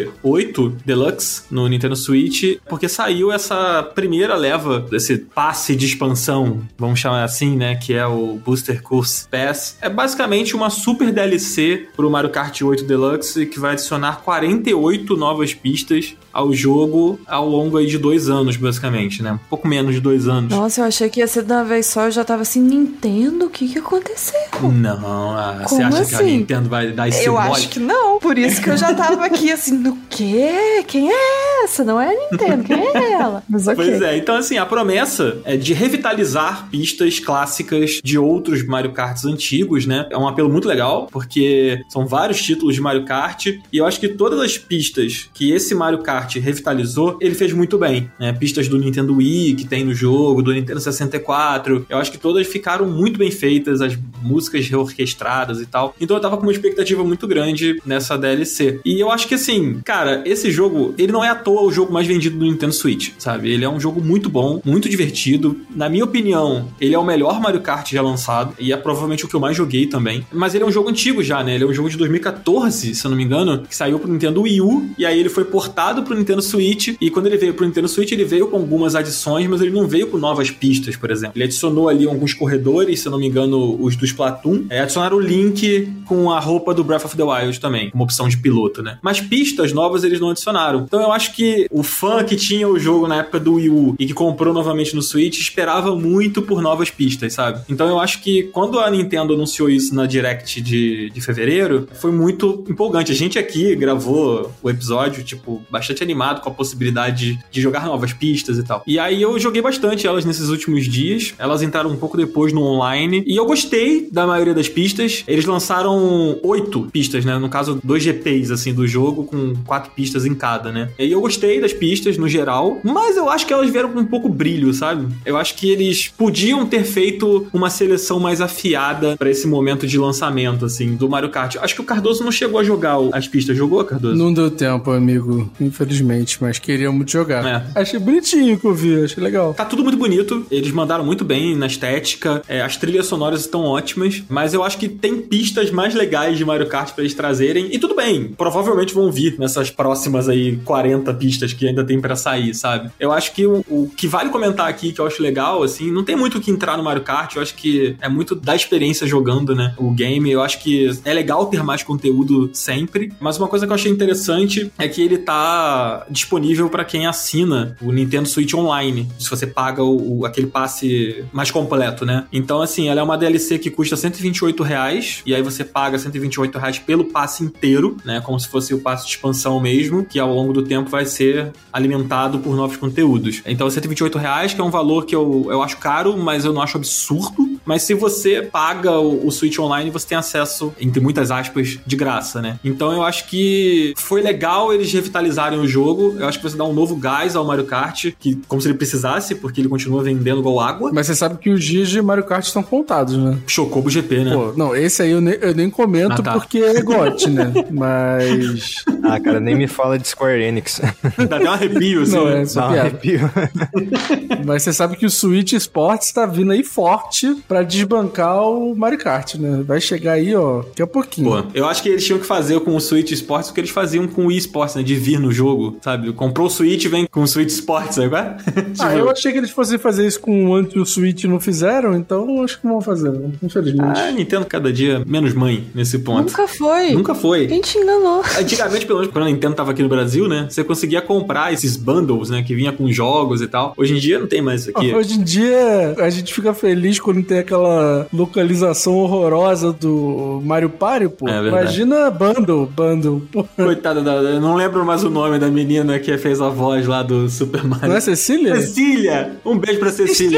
A: oito Deluxe no Nintendo Switch, porque saiu essa primeira leva desse passe de expansão, vamos chamar assim, né, que é o Booster Course Pass. É basicamente uma super D L C pro Mario Kart oito Deluxe, que vai adicionar quarenta e oito novas pistas ao jogo ao longo aí de dois anos, basicamente, né? Um pouco menos de dois anos.
C: Nossa, eu achei que ia ser de uma vez só, eu já tava assim, Nintendo, o que que aconteceu?
A: Não, ah, você
C: Como
A: acha
C: assim?
A: que a Nintendo vai dar esse
C: Eu
A: mole?
C: acho que não, por isso que eu já tava aqui assim, do quê? Quem é essa? Não é a Nintendo, quem é ela? Mas ok.
A: Pois é, então assim, a promessa é de revitalizar pistas clássicas de outros Mario Karts antigos, né? É um apelo muito legal, porque são vários títulos de Mario Kart, e eu acho que todas as pistas que esse Mario Kart revitalizou, ele fez muito bem, né? Pistas do Nintendo Wii, que tem no jogo, do Nintendo sessenta e quatro, eu acho que todas ficaram muito bem feitas, as músicas reorquestradas e tal, então eu tava com uma expectativa muito grande nessa D L C. E eu acho que assim, cara, esse jogo, ele não é à toa o jogo mais vendido do Nintendo Switch, sabe? Ele é um jogo muito bom, muito divertido, na minha opinião, ele é o melhor Mario Kart já lançado, e é provavelmente o que eu mais joguei também, mas ele é um jogo antigo já, né? Ele é um jogo de dois mil e catorze, se eu não me engano, que saiu pro Nintendo Wii U, e aí ele foi portado pro Nintendo Switch, e quando ele veio pro Nintendo Switch, ele veio com algumas adições, mas ele não veio com novas pistas, por exemplo. Ele adicionou ali alguns corredores, se eu não me engano, os do Splatoon, é, adicionaram o Link com a roupa do Breath of the Wild também, como opção de piloto, né? Mas pistas novas eles não adicionaram. Então eu acho que o fã que tinha o jogo na época do Wii U e que comprou novamente no Switch, esperava muito por novas pistas, sabe? Então eu acho que quando a Nintendo anunciou isso na Direct de, de fevereiro, foi muito empolgante. A gente aqui gravou o episódio, tipo, bastante animado com a possibilidade de jogar novas pistas e tal. E aí eu joguei bastante elas nesses últimos dias. Elas entraram um pouco depois no online. E eu gostei da maioria das pistas. Eles lançaram oito pistas, né? No caso, dois G Ps, assim, do jogo, com quatro pistas em cada, né? E eu gostei das pistas, no geral. Mas eu acho que elas vieram com um pouco brilho, sabe? Eu acho que eles podiam ter feito uma seleção mais afiada pra esse momento de lançamento, assim, do Mario Kart. Acho que o Cardoso não chegou a jogar as pistas. Jogou, Cardoso?
B: Não deu tempo, amigo. Infelizmente, mas queria muito jogar.
A: É.
B: Achei bonitinho que eu vi, achei legal.
A: Tá tudo muito bonito, eles mandaram muito bem na estética, é, as trilhas sonoras estão ótimas, mas eu acho que tem pistas mais legais de Mario Kart pra eles trazerem, e tudo bem, provavelmente vão vir nessas próximas aí quarenta pistas que ainda tem pra sair, sabe? Eu acho que o, o que vale comentar aqui, que eu acho legal, assim, não tem muito o que entrar no Mario Kart, eu acho que é muito da experiência jogando, né, o game. Eu acho que é legal ter mais conteúdo sempre, mas uma coisa que eu achei interessante é que ele tá disponível pra quem assina o Nintendo Switch Online, se você paga o, o, aquele passe mais completo, né? Então, assim, ela é uma D L C que custa cento e vinte e oito reais, e aí você paga cento e vinte e oito reais pelo passe inteiro, né? Como se fosse o passe de expansão mesmo, que ao longo do tempo vai ser alimentado por novos conteúdos. Então, cento e vinte e oito reais, que é um valor que eu, eu acho caro, mas eu não acho absurdo. Mas se você paga o, o Switch Online, você tem acesso, entre muitas aspas, de graça, né? Então eu acho que foi legal eles revitalizarem o jogo. Eu acho que você dá um novo gás ao Mario Kart, que, como se ele precisasse, porque ele continua vendendo igual água.
B: Mas você sabe que os dias de Mario Kart estão contados, né?
A: Chocobo G P, né?
B: Pô, não, esse aí eu nem, eu nem comento ah, tá. porque é G O T, né? Mas...
D: Ah, cara, nem me fala de Square Enix.
A: Dá até um arrepio, assim.
B: Não,
A: né?
B: é só
D: Dá um
B: piada.
D: arrepio.
B: Mas você sabe que o Switch Sports tá vindo aí forte pra desbancar o Mario Kart, né? Vai chegar aí, ó, daqui a pouquinho.
A: Pô, eu acho que eles tinham que fazer com o Switch Sports o que eles faziam com o Wii Sports, né? De vir no jogo, sabe? Comprou o Switch e vem com o Switch Sports, sabe? Tipo,
B: Ah, eu achei que eles fossem fazer isso com o anti o Switch e não fizeram, então acho que não vão fazer, infelizmente.
A: Ah, Nintendo cada dia menos mãe nesse ponto.
C: Nunca foi.
A: Nunca foi.
C: Quem te enganou?
A: Antigamente, pelo menos, quando a Nintendo tava aqui no Brasil, né? Você conseguia comprar esses bundles, né? Que vinha com jogos e tal. Hoje em dia não tem mais isso aqui.
B: Hoje em dia, a gente fica feliz quando tem aquela localização horrorosa do Mario Party, pô.
A: É verdade.
B: Imagina Bundle, Bundle. Pô.
A: Coitada da... Eu não lembro mais o nome da menina que fez a voz lá do Super Mario.
B: Não é Cecília?
A: Cecília! Um beijo pra Cecília.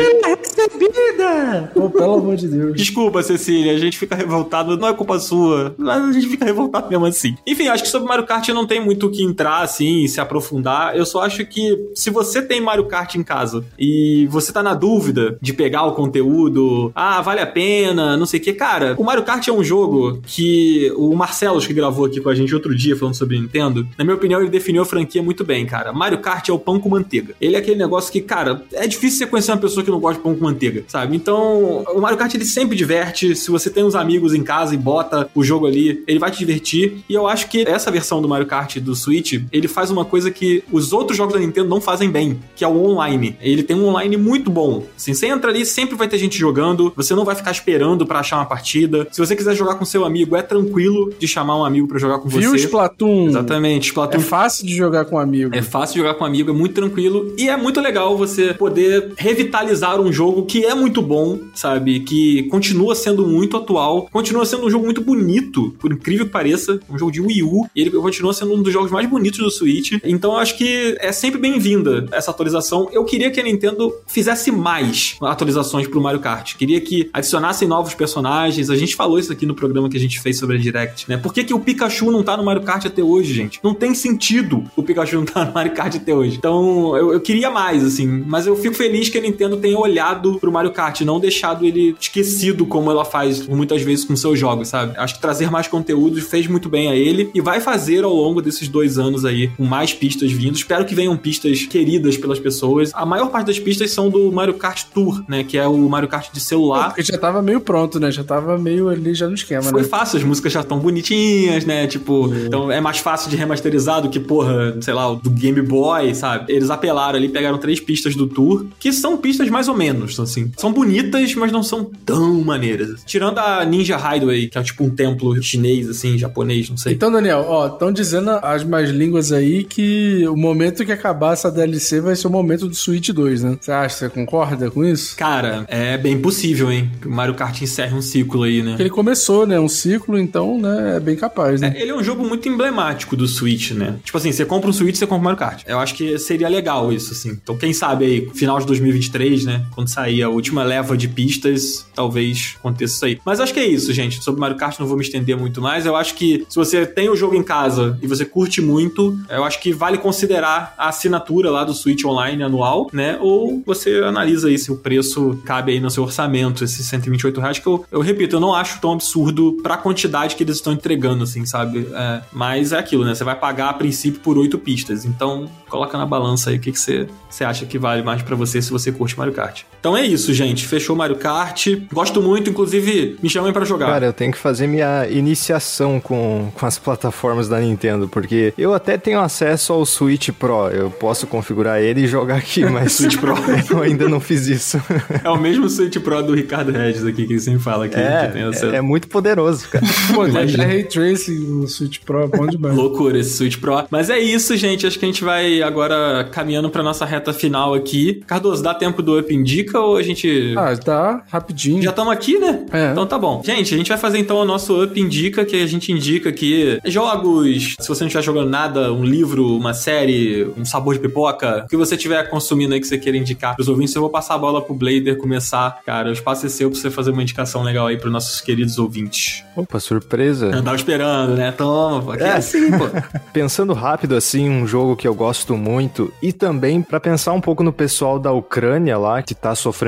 B: Recebida! Pô, pelo amor de Deus.
A: Desculpa, Cecília, a gente fica revoltado, não é culpa sua, mas a gente fica revoltado mesmo assim. Enfim, acho que sobre Mario Kart não tem muito o que entrar, assim, e se aprofundar. Eu só acho que se você tem Mario Kart em casa e você tá na dúvida de pegar o conteúdo, ah, vale a pena, não sei o que, cara, o Mario Kart é um jogo que o Marcelo, que gravou aqui com a gente outro dia falando sobre Nintendo, na minha opinião, ele definiu a franquia muito bem, cara. Mario Kart é o pão com manteiga. Ele é aquele negócio que, cara, é difícil você conhecer uma pessoa que não gosta de pão com manteiga, sabe? Então, o Mario Kart, ele sempre diverte. Se você tem uns amigos em casa e bota o jogo ali, ele vai te divertir. E eu acho que essa versão do Mario Kart do Switch, ele faz uma coisa que os outros jogos da Nintendo não fazem bem, que é o online. Ele tem um online muito bom. Assim, você entra ali, sempre vai ter gente jogando, você não vai ficar esperando pra achar uma partida. Se você quiser jogar com seu amigo, é tranquilo de chamar um amigo pra jogar com
B: Viu
A: você.
B: o Splatoon?
A: Exatamente, Splatoon.
B: É fácil de jogar com um amigo.
A: É fácil de jogar com um amigo, é muito tranquilo e é muito legal você poder revitalizar um jogo que é muito bom, sabe? Que continua sendo muito atual, continua sendo um jogo muito bonito, por incrível que pareça, um jogo de Wii U, e ele continua sendo um dos jogos mais bonitos do Switch. Então eu acho que é sempre bem-vinda essa atualização. Eu queria que a Nintendo fizesse mais atualizações pro Mario Kart. Queria que adicionassem novos personagens. A gente falou isso aqui no programa que a gente fez sobre a Direct, né? Por que que o Pikachu não tá no Mario Kart até hoje, gente? Não tem sentido o Pikachu não tá no Mario Kart até hoje. Então, eu, eu queria mais, assim. Mas eu fico feliz que a Nintendo tenha olhado pro Mario Kart, não deixado ele esquecido como ela faz muitas vezes com seus jogos, sabe? Acho que trazer mais conteúdo fez muito bem a ele e vai fazer ao longo desses dois anos aí, com mais pistas vindo. Espero que venham pistas queridas pelas pessoas. A maior parte das pistas são do Mario Kart Tour, né? Que é o Mario Kart de celular.
B: Porque já tava meio pronto, né? Já tava meio ali já no esquema,
A: Foi
B: né?
A: fácil, as músicas já estão bonitinhas, né? Tipo,
B: É.
A: então é mais fácil de remasterizar do que, porra, sei lá, do Game Boy, sabe? Eles apelaram ali, pegaram três pistas do Tour, que são pistas mais ou menos, assim. São bonitas, mas não são tão maneiras. Tirando a Ninja Highway, que é tipo um templo chinês, assim, japonês, não sei.
B: Então, Daniel, ó, estão dizendo as mais línguas aí que o momento que acabar essa D L C vai ser o momento do Switch dois, né? Você acha, você concorda com isso?
A: Cara, é bem possível, hein? Que o Mario Kart encerre um ciclo aí, né?
B: Porque ele começou, né? Um ciclo, então, né? É bem capaz, né?
A: É, ele é um jogo muito emblemático do Switch, né? Tipo assim, você compra um Switch, você compra um Mario Kart. Eu acho que seria legal isso, assim. Então, quem sabe aí, final de dois mil e vinte e três, né? Quando sair a última leva de pistas, talvez aconteça isso aí. Mas acho que é isso, gente. Sobre Mario Kart não vou me estender muito mais. Eu acho que se você tem o jogo em casa e você curte muito, eu acho que vale considerar a assinatura lá do Switch Online anual, né? Ou você analisa aí se o preço cabe aí no seu orçamento, esses cento e vinte e oito reais, que eu, eu repito, eu não acho tão absurdo pra quantidade que eles estão entregando, assim, sabe? É, mas é aquilo, né? Você vai pagar a princípio por oito pistas. Então, coloca na balança aí o que, que você, você acha que vale mais pra você se você curte Mario Kart. Então é isso, gente. Fechou Mario Kart. Gosto muito, inclusive, me chamem pra jogar.
D: Cara, eu tenho que fazer minha iniciação com, com as plataformas da Nintendo, porque eu até tenho acesso ao Switch Pro. Eu posso configurar ele e jogar aqui, mas
A: Switch Pro.
D: eu ainda não fiz isso.
A: É o mesmo Switch Pro do Ricardo Regis aqui, que ele sempre fala que,
D: É,
A: que tem acesso.
D: é, é muito poderoso, cara.
B: Pô, tem
A: Imagina.
B: até Ray Tracing no Switch Pro, é bom demais.
A: Loucura esse Switch Pro. Mas é isso, gente. Acho que a gente vai agora caminhando pra nossa reta final aqui. Cardoso, dá tempo do Up Indica ou a gente...
B: Ah, tá rapidinho.
A: Já estamos aqui, né?
B: É.
A: Então tá bom. Gente, a gente vai fazer então o nosso Up Indica, que a gente indica aqui jogos, se você não estiver jogando nada, um livro, uma série, um sabor de pipoca, o que você estiver consumindo aí que você queira indicar pros ouvintes, eu vou passar a bola pro Blader começar. Cara, o espaço é seu pra você fazer uma indicação legal aí pros nossos queridos ouvintes.
D: Opa, surpresa.
A: Eu tava esperando, né? Toma, pô. Aqui é assim, pô.
D: Pensando rápido, assim, um jogo que eu gosto muito, e também pra pensar um pouco no pessoal da Ucrânia lá, que tá sofrendo bastante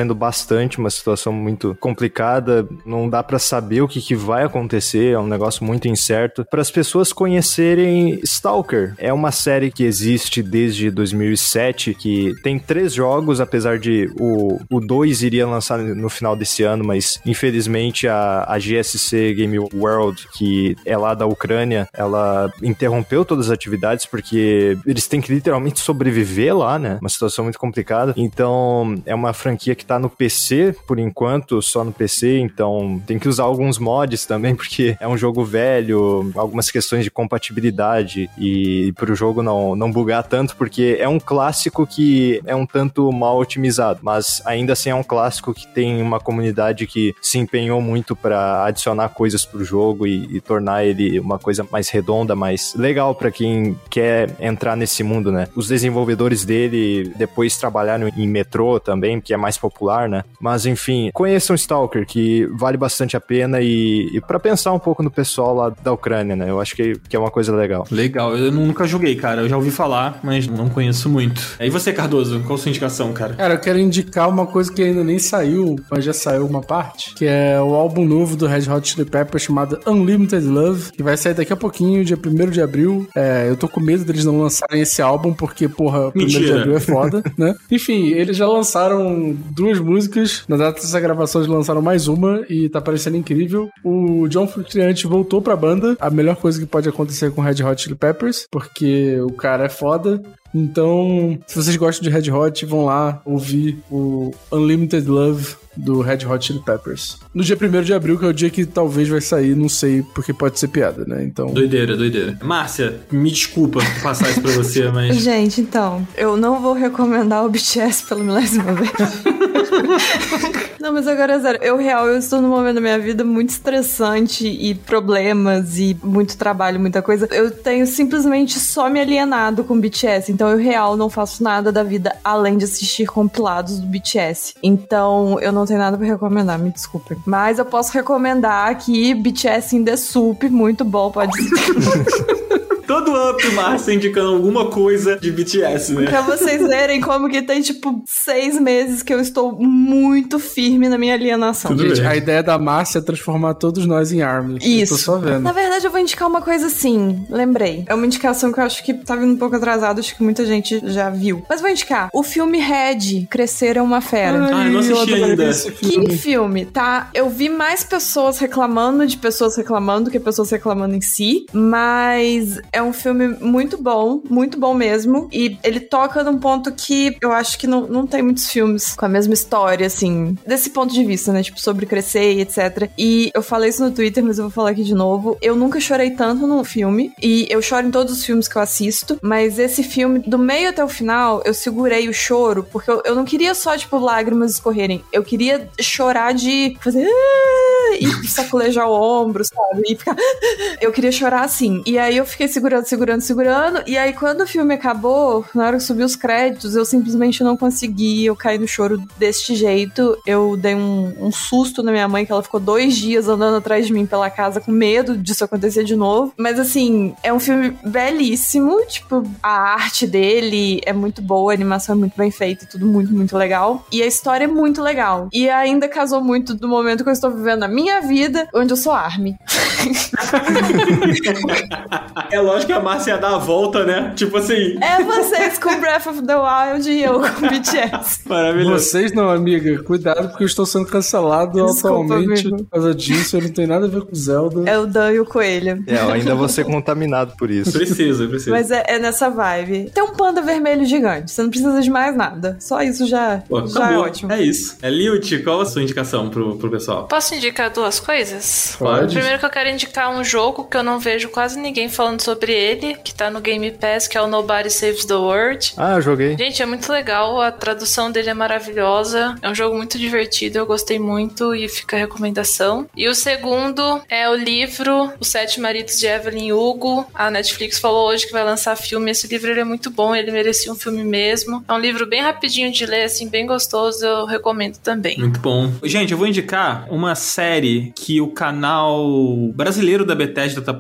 D: bastante, uma situação muito complicada, não dá pra saber o que, que vai acontecer, é um negócio muito incerto. Para as pessoas conhecerem Stalker, é uma série que existe desde dois mil e sete, que tem três jogos, apesar de o, o dois iria lançar no final desse ano, mas infelizmente a, a G S C Game World, que é lá da Ucrânia, ela interrompeu todas as atividades porque eles têm que literalmente sobreviver lá, né? Uma situação muito complicada. Então, é uma franquia que tá no P C, por enquanto, só no P C, então tem que usar alguns mods também, porque é um jogo velho, algumas questões de compatibilidade e pro jogo não, não bugar tanto, porque é um clássico que é um tanto mal otimizado, mas ainda assim é um clássico que tem uma comunidade que se empenhou muito pra adicionar coisas pro jogo e, e tornar ele uma coisa mais redonda, mais legal pra quem quer entrar nesse mundo, né? Os desenvolvedores dele depois trabalharam em Metro também, que é mais popular, né? Mas enfim, conheçam Stalker, que vale bastante a pena e, e pra pensar um pouco no pessoal lá da Ucrânia, né? Eu acho que, que é uma coisa legal.
A: Legal, eu nunca joguei, cara. Eu já ouvi falar, mas não conheço muito. E você, Cardoso, qual a sua indicação, cara?
B: Cara, eu quero indicar uma coisa que ainda nem saiu, mas já saiu uma parte, que é o álbum novo do Red Hot Chili Peppers chamado Unlimited Love, que vai sair daqui a pouquinho, dia primeiro de abril. É, eu tô com medo deles não lançarem esse álbum, porque, porra, primeiro de abril é foda, né? Enfim, eles já lançaram duas músicas, na data dessa gravação eles lançaram mais uma, e tá parecendo incrível. O John Frusciante voltou pra banda, a melhor coisa que pode acontecer com Red Hot Chili Peppers, porque o cara é foda. Então, se vocês gostam de Red Hot, vão lá ouvir o Unlimited Love do Red Hot Chili Peppers. No dia primeiro de abril, que é o dia que talvez vai sair, não sei, porque pode ser piada, né? Então...
A: Doideira, doideira. Márcia, me desculpa passar isso pra você, mas...
C: Gente, então, eu não vou recomendar o B T S pela milésima vez. Não, mas agora é sério. Eu, real, eu estou num momento da minha vida muito estressante e problemas e muito trabalho, muita coisa. Eu tenho simplesmente só me alienado com o B T S. Então, eu, real, não faço nada da vida além de assistir compilados do B T S. Então, eu não tenho nada pra recomendar, me desculpem. Mas eu posso recomendar aqui B T S in the Soup, muito bom, pode ser.
A: Todo up, Márcia, indicando alguma coisa de B T S, né?
C: Pra vocês verem como que tem, tipo, seis meses que eu estou muito firme na minha alienação.
B: Tudo Gente, bem. A ideia da Márcia é transformar todos nós em armas.
C: Isso.
B: Eu tô só vendo.
C: Na verdade, eu vou indicar uma coisa assim, lembrei. É uma indicação que eu acho que tá vindo um pouco atrasado, acho que muita gente já viu. Mas vou indicar. O filme Red, Crescer é uma Fera.
A: Ai, ah, eu não assisti eu ainda.
C: Filme. Que filme, tá? Eu vi mais pessoas reclamando de pessoas reclamando do que pessoas reclamando em si, mas... É um filme muito bom, muito bom mesmo. E ele toca num ponto que eu acho que não, não tem muitos filmes com a mesma história, assim, desse ponto de vista, né? Tipo, sobre crescer e etcétera. E eu falei isso no Twitter, mas eu vou falar aqui de novo. Eu nunca chorei tanto num filme. E eu choro em todos os filmes que eu assisto. Mas esse filme, do meio até o final, eu segurei o choro, porque eu, eu não queria só, tipo, lágrimas escorrerem. Eu queria chorar de fazer... e sacolejar o ombro, sabe? E ficar... Eu queria chorar assim. E aí eu fiquei segurando, segurando, segurando. E aí quando o filme acabou, na hora que subiu os créditos, eu simplesmente não consegui. Eu caí no choro deste jeito. Eu dei um, um susto na minha mãe, que ela ficou dois dias andando atrás de mim pela casa com medo disso acontecer de novo. Mas assim, é um filme belíssimo. Tipo, a arte dele é muito boa, a animação é muito bem feita, tudo muito, muito legal. E a história é muito legal. E ainda casou muito do momento que eu estou vivendo na minha vida, onde eu sou Armin.
A: É lógico que a Márcia ia dar a volta, né? Tipo assim...
C: É vocês com Breath of the Wild e eu com B T S.
B: Maravilhoso. Vocês não, amiga. Cuidado, porque eu estou sendo cancelado Desculpa, atualmente amigo. Por causa disso. Eu não tenho nada a ver com Zelda.
C: É o Dan e o Coelho.
D: É, eu ainda vou ser contaminado por isso.
A: Precisa, precisa.
C: Mas é, é nessa vibe. Tem um panda vermelho gigante. Você não precisa de mais nada. Só isso já, Pô, já é ótimo.
A: É isso. É, Liut, qual a sua indicação pro, pro pessoal?
E: Posso indicar duas coisas?
A: Pode.
E: Primeiro que eu quero indicar um jogo que eu não vejo quase ninguém falando sobre ele, que tá no Game Pass, que é o Nobody Saves the World.
D: Ah, eu joguei.
E: Gente, é muito legal, a tradução dele é maravilhosa, é um jogo muito divertido, eu gostei muito e fica a recomendação. E o segundo é o livro Os Sete Maridos de Evelyn Hugo. A Netflix falou hoje que vai lançar filme, esse livro ele é muito bom, ele merecia um filme mesmo. É um livro bem rapidinho de ler, assim, bem gostoso, eu recomendo também.
A: Muito bom. Gente, eu vou indicar uma série que o canal brasileiro da Bethesda tá postando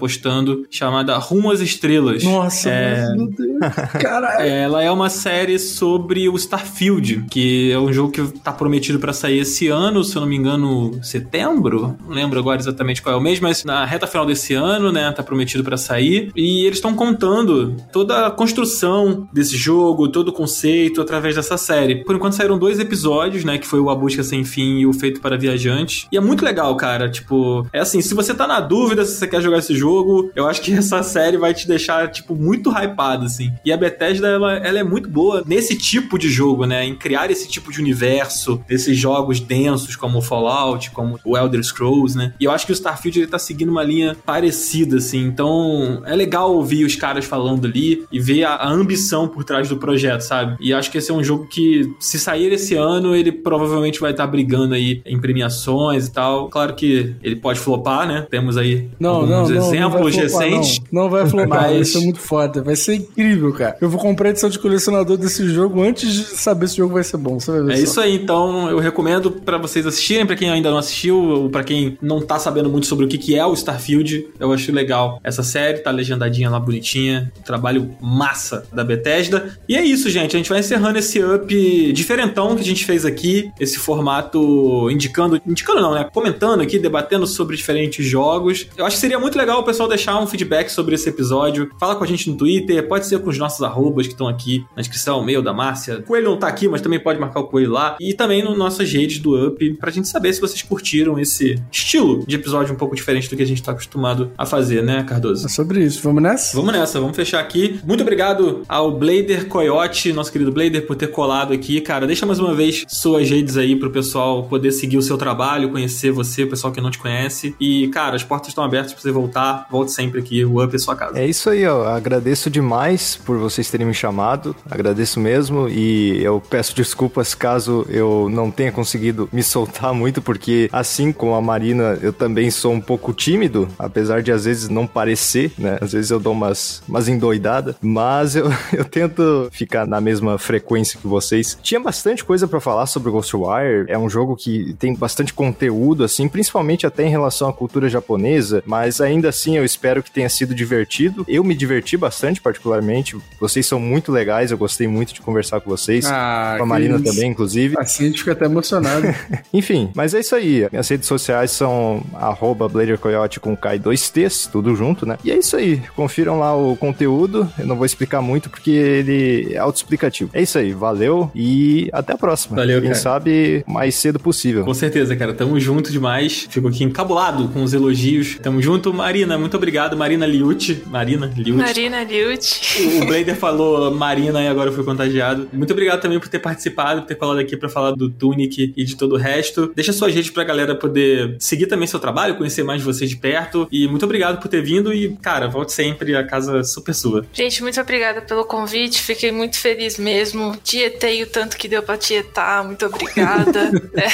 A: postando, chamada Rumo às Estrelas.
B: Nossa,
A: é...
B: meu Deus. Caralho.
A: Ela é uma série sobre o Starfield, que é um jogo que tá prometido pra sair esse ano, se eu não me engano, setembro? Não lembro agora exatamente qual é o mês, mas na reta final desse ano, né, tá prometido pra sair. E eles estão contando toda a construção desse jogo, todo o conceito através dessa série. Por enquanto saíram dois episódios, né, que foi o A Busca Sem Fim e o Feito para Viajantes. E é muito legal, cara, tipo, é assim, se você tá na dúvida se você quer jogar esse jogo, eu acho que essa série vai te deixar, tipo, muito hypado, assim. E a Bethesda, ela, ela é muito boa nesse tipo de jogo, né, em criar esse tipo de universo, desses jogos densos como o Fallout, como o Elder Scrolls, né. E eu acho que o Starfield, ele tá seguindo uma linha parecida, assim. Então, é legal ouvir os caras falando ali e ver a, a ambição por trás do projeto, sabe? E acho que esse é um jogo que, se sair esse ano, ele provavelmente vai estar brigando aí em premiações e tal. Claro que ele pode flopar, né? Temos aí
B: não,
A: alguns
B: não, não,
A: exemplos
B: não flopar,
A: recentes.
B: Não, não vai flopar,
A: mas...
B: vai ser muito foda. Vai ser incrível, cara. Eu vou comprar a edição de colecionador desse jogo antes de saber se o jogo vai ser bom. Você vai ver
A: é
B: só.
A: Isso aí, então eu recomendo pra vocês assistirem, pra quem ainda não assistiu, ou pra quem não tá sabendo muito sobre o que que é o Starfield. Eu acho legal essa série, tá legendadinha lá, bonitinha, trabalho massa da Bethesda. E é isso, gente, a gente vai encerrando esse up diferentão que a gente fez aqui, esse formato indicando, indicando não, né, comentando aqui, debatendo sobre diferentes jogos. Eu acho que seria muito legal o pessoal deixar um feedback sobre esse episódio, fala com a gente no Twitter, pode ser com os nossos arrobas que estão aqui na descrição, meio da Márcia. O Coelho não tá aqui, mas também pode marcar o Coelho lá, e também nas nossas redes do Up, pra gente saber se vocês curtiram esse estilo de episódio um pouco diferente do que a gente tá acostumado a fazer, né, Cardoso?
B: É sobre isso, vamos nessa?
A: Vamos nessa, vamos fechar aqui. Muito obrigado ao Blader Coyote, nosso querido Blader, por ter colado aqui. Cara, deixa mais uma vez suas redes aí pro pessoal poder seguir o seu trabalho, conhecer você, o pessoal que não te conhece. E, cara, as portas estão abertas pra você voltar. Volte sempre aqui, o Up é sua casa.
D: É isso aí, ó. Agradeço demais por vocês terem me chamado. Agradeço mesmo e eu peço desculpas caso eu não tenha conseguido me soltar muito, porque assim como a Marina, eu também sou um pouco tímido, apesar de às vezes não parecer, né? Às vezes eu dou umas, umas endoidadas, mas eu, eu tento ficar na mesma frequência que vocês. Tinha bastante coisa pra falar sobre Ghostwire, é um jogo que tem bastante conteúdo, assim, principalmente até em relação à cultura japonesa, mas ainda assim eu espero que tenha sido divertido. Eu me diverti bastante, particularmente. Vocês são muito legais, eu gostei muito de conversar com vocês.
B: Ah,
D: com a Marina
B: isso.
D: também, inclusive.
B: Assim a gente fica até emocionado.
D: Enfim, mas é isso aí. Minhas redes sociais são arroba BladerCoyote com K e dois T's, tudo junto, né? E é isso aí. Confiram lá o conteúdo. Eu não vou explicar muito porque ele é autoexplicativo. É isso aí. Valeu e até a próxima.
A: Valeu,
D: Quem
A: cara.
D: sabe o mais cedo possível.
A: Com certeza, cara. Tamo junto demais. Fico aqui encabulado com os elogios. Tamo junto. Marina, muito obrigado. Marina Liucci. Marina Liucci.
E: Marina Liucci.
A: O Blader falou Marina e agora eu fui contagiado. Muito obrigado também por ter participado, por ter colado aqui pra falar do Tunic e de todo o resto. Deixa suas redes pra galera poder seguir também seu trabalho, conhecer mais de você de perto. E muito obrigado por ter vindo e, cara, volte sempre, a casa super sua.
E: Gente, muito obrigada pelo convite. Fiquei muito feliz mesmo. Tietei o tanto que deu pra tietar. Muito obrigada.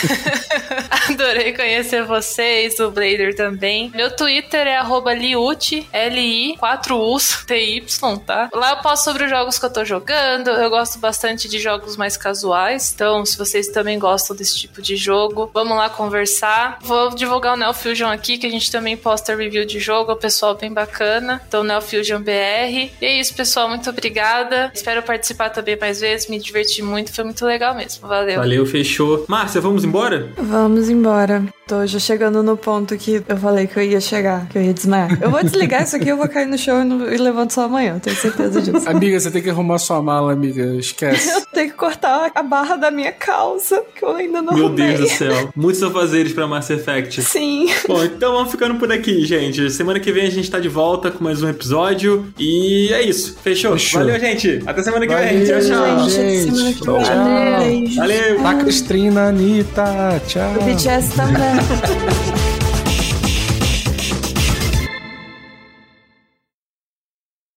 E: É. Adorei conhecer vocês, o Blader também. Meu Twitter é arroba Liucci, L I, quatro U's, T Y, tá? Lá eu posto sobre os jogos que eu tô jogando. Eu gosto bastante de jogos mais casuais. Então, se vocês também gostam desse tipo de jogo, vamos lá conversar. Vou divulgar o Neo Fusion aqui, que a gente também posta review de jogo. É o pessoal bem bacana. Então, Neo Fusion B R. E é isso, pessoal. Muito obrigada. Espero participar também mais vezes. Me diverti muito. Foi muito legal mesmo. Valeu.
A: Valeu, fechou. Márcia, vamos embora?
C: Vamos embora. Tô já chegando no ponto que eu falei que eu ia chegar, que eu ia desmaiar. Eu vou desligar isso aqui, eu vou cair no chão e, não, e levanto só amanhã, tenho certeza disso.
B: Amiga, você tem que arrumar sua mala, amiga. Esquece.
C: Eu tenho que cortar a barra da minha calça, que eu ainda não
A: Meu
C: arrumei.
A: Deus do céu. Muitos afazeres pra Mass Effect.
C: Sim.
A: Bom, então vamos ficando por aqui, gente. Semana que vem a gente tá de volta com mais um episódio. E é isso. Fechou?
B: Fechou.
A: Valeu, gente. Até semana que
B: Valeu,
A: vem. Tchau, tchau.
C: Gente, até semana que vem.
B: Tchau.
C: Beijo.
A: Valeu.
B: Taca a stream na Anitta. Tchau.
C: O B T S também.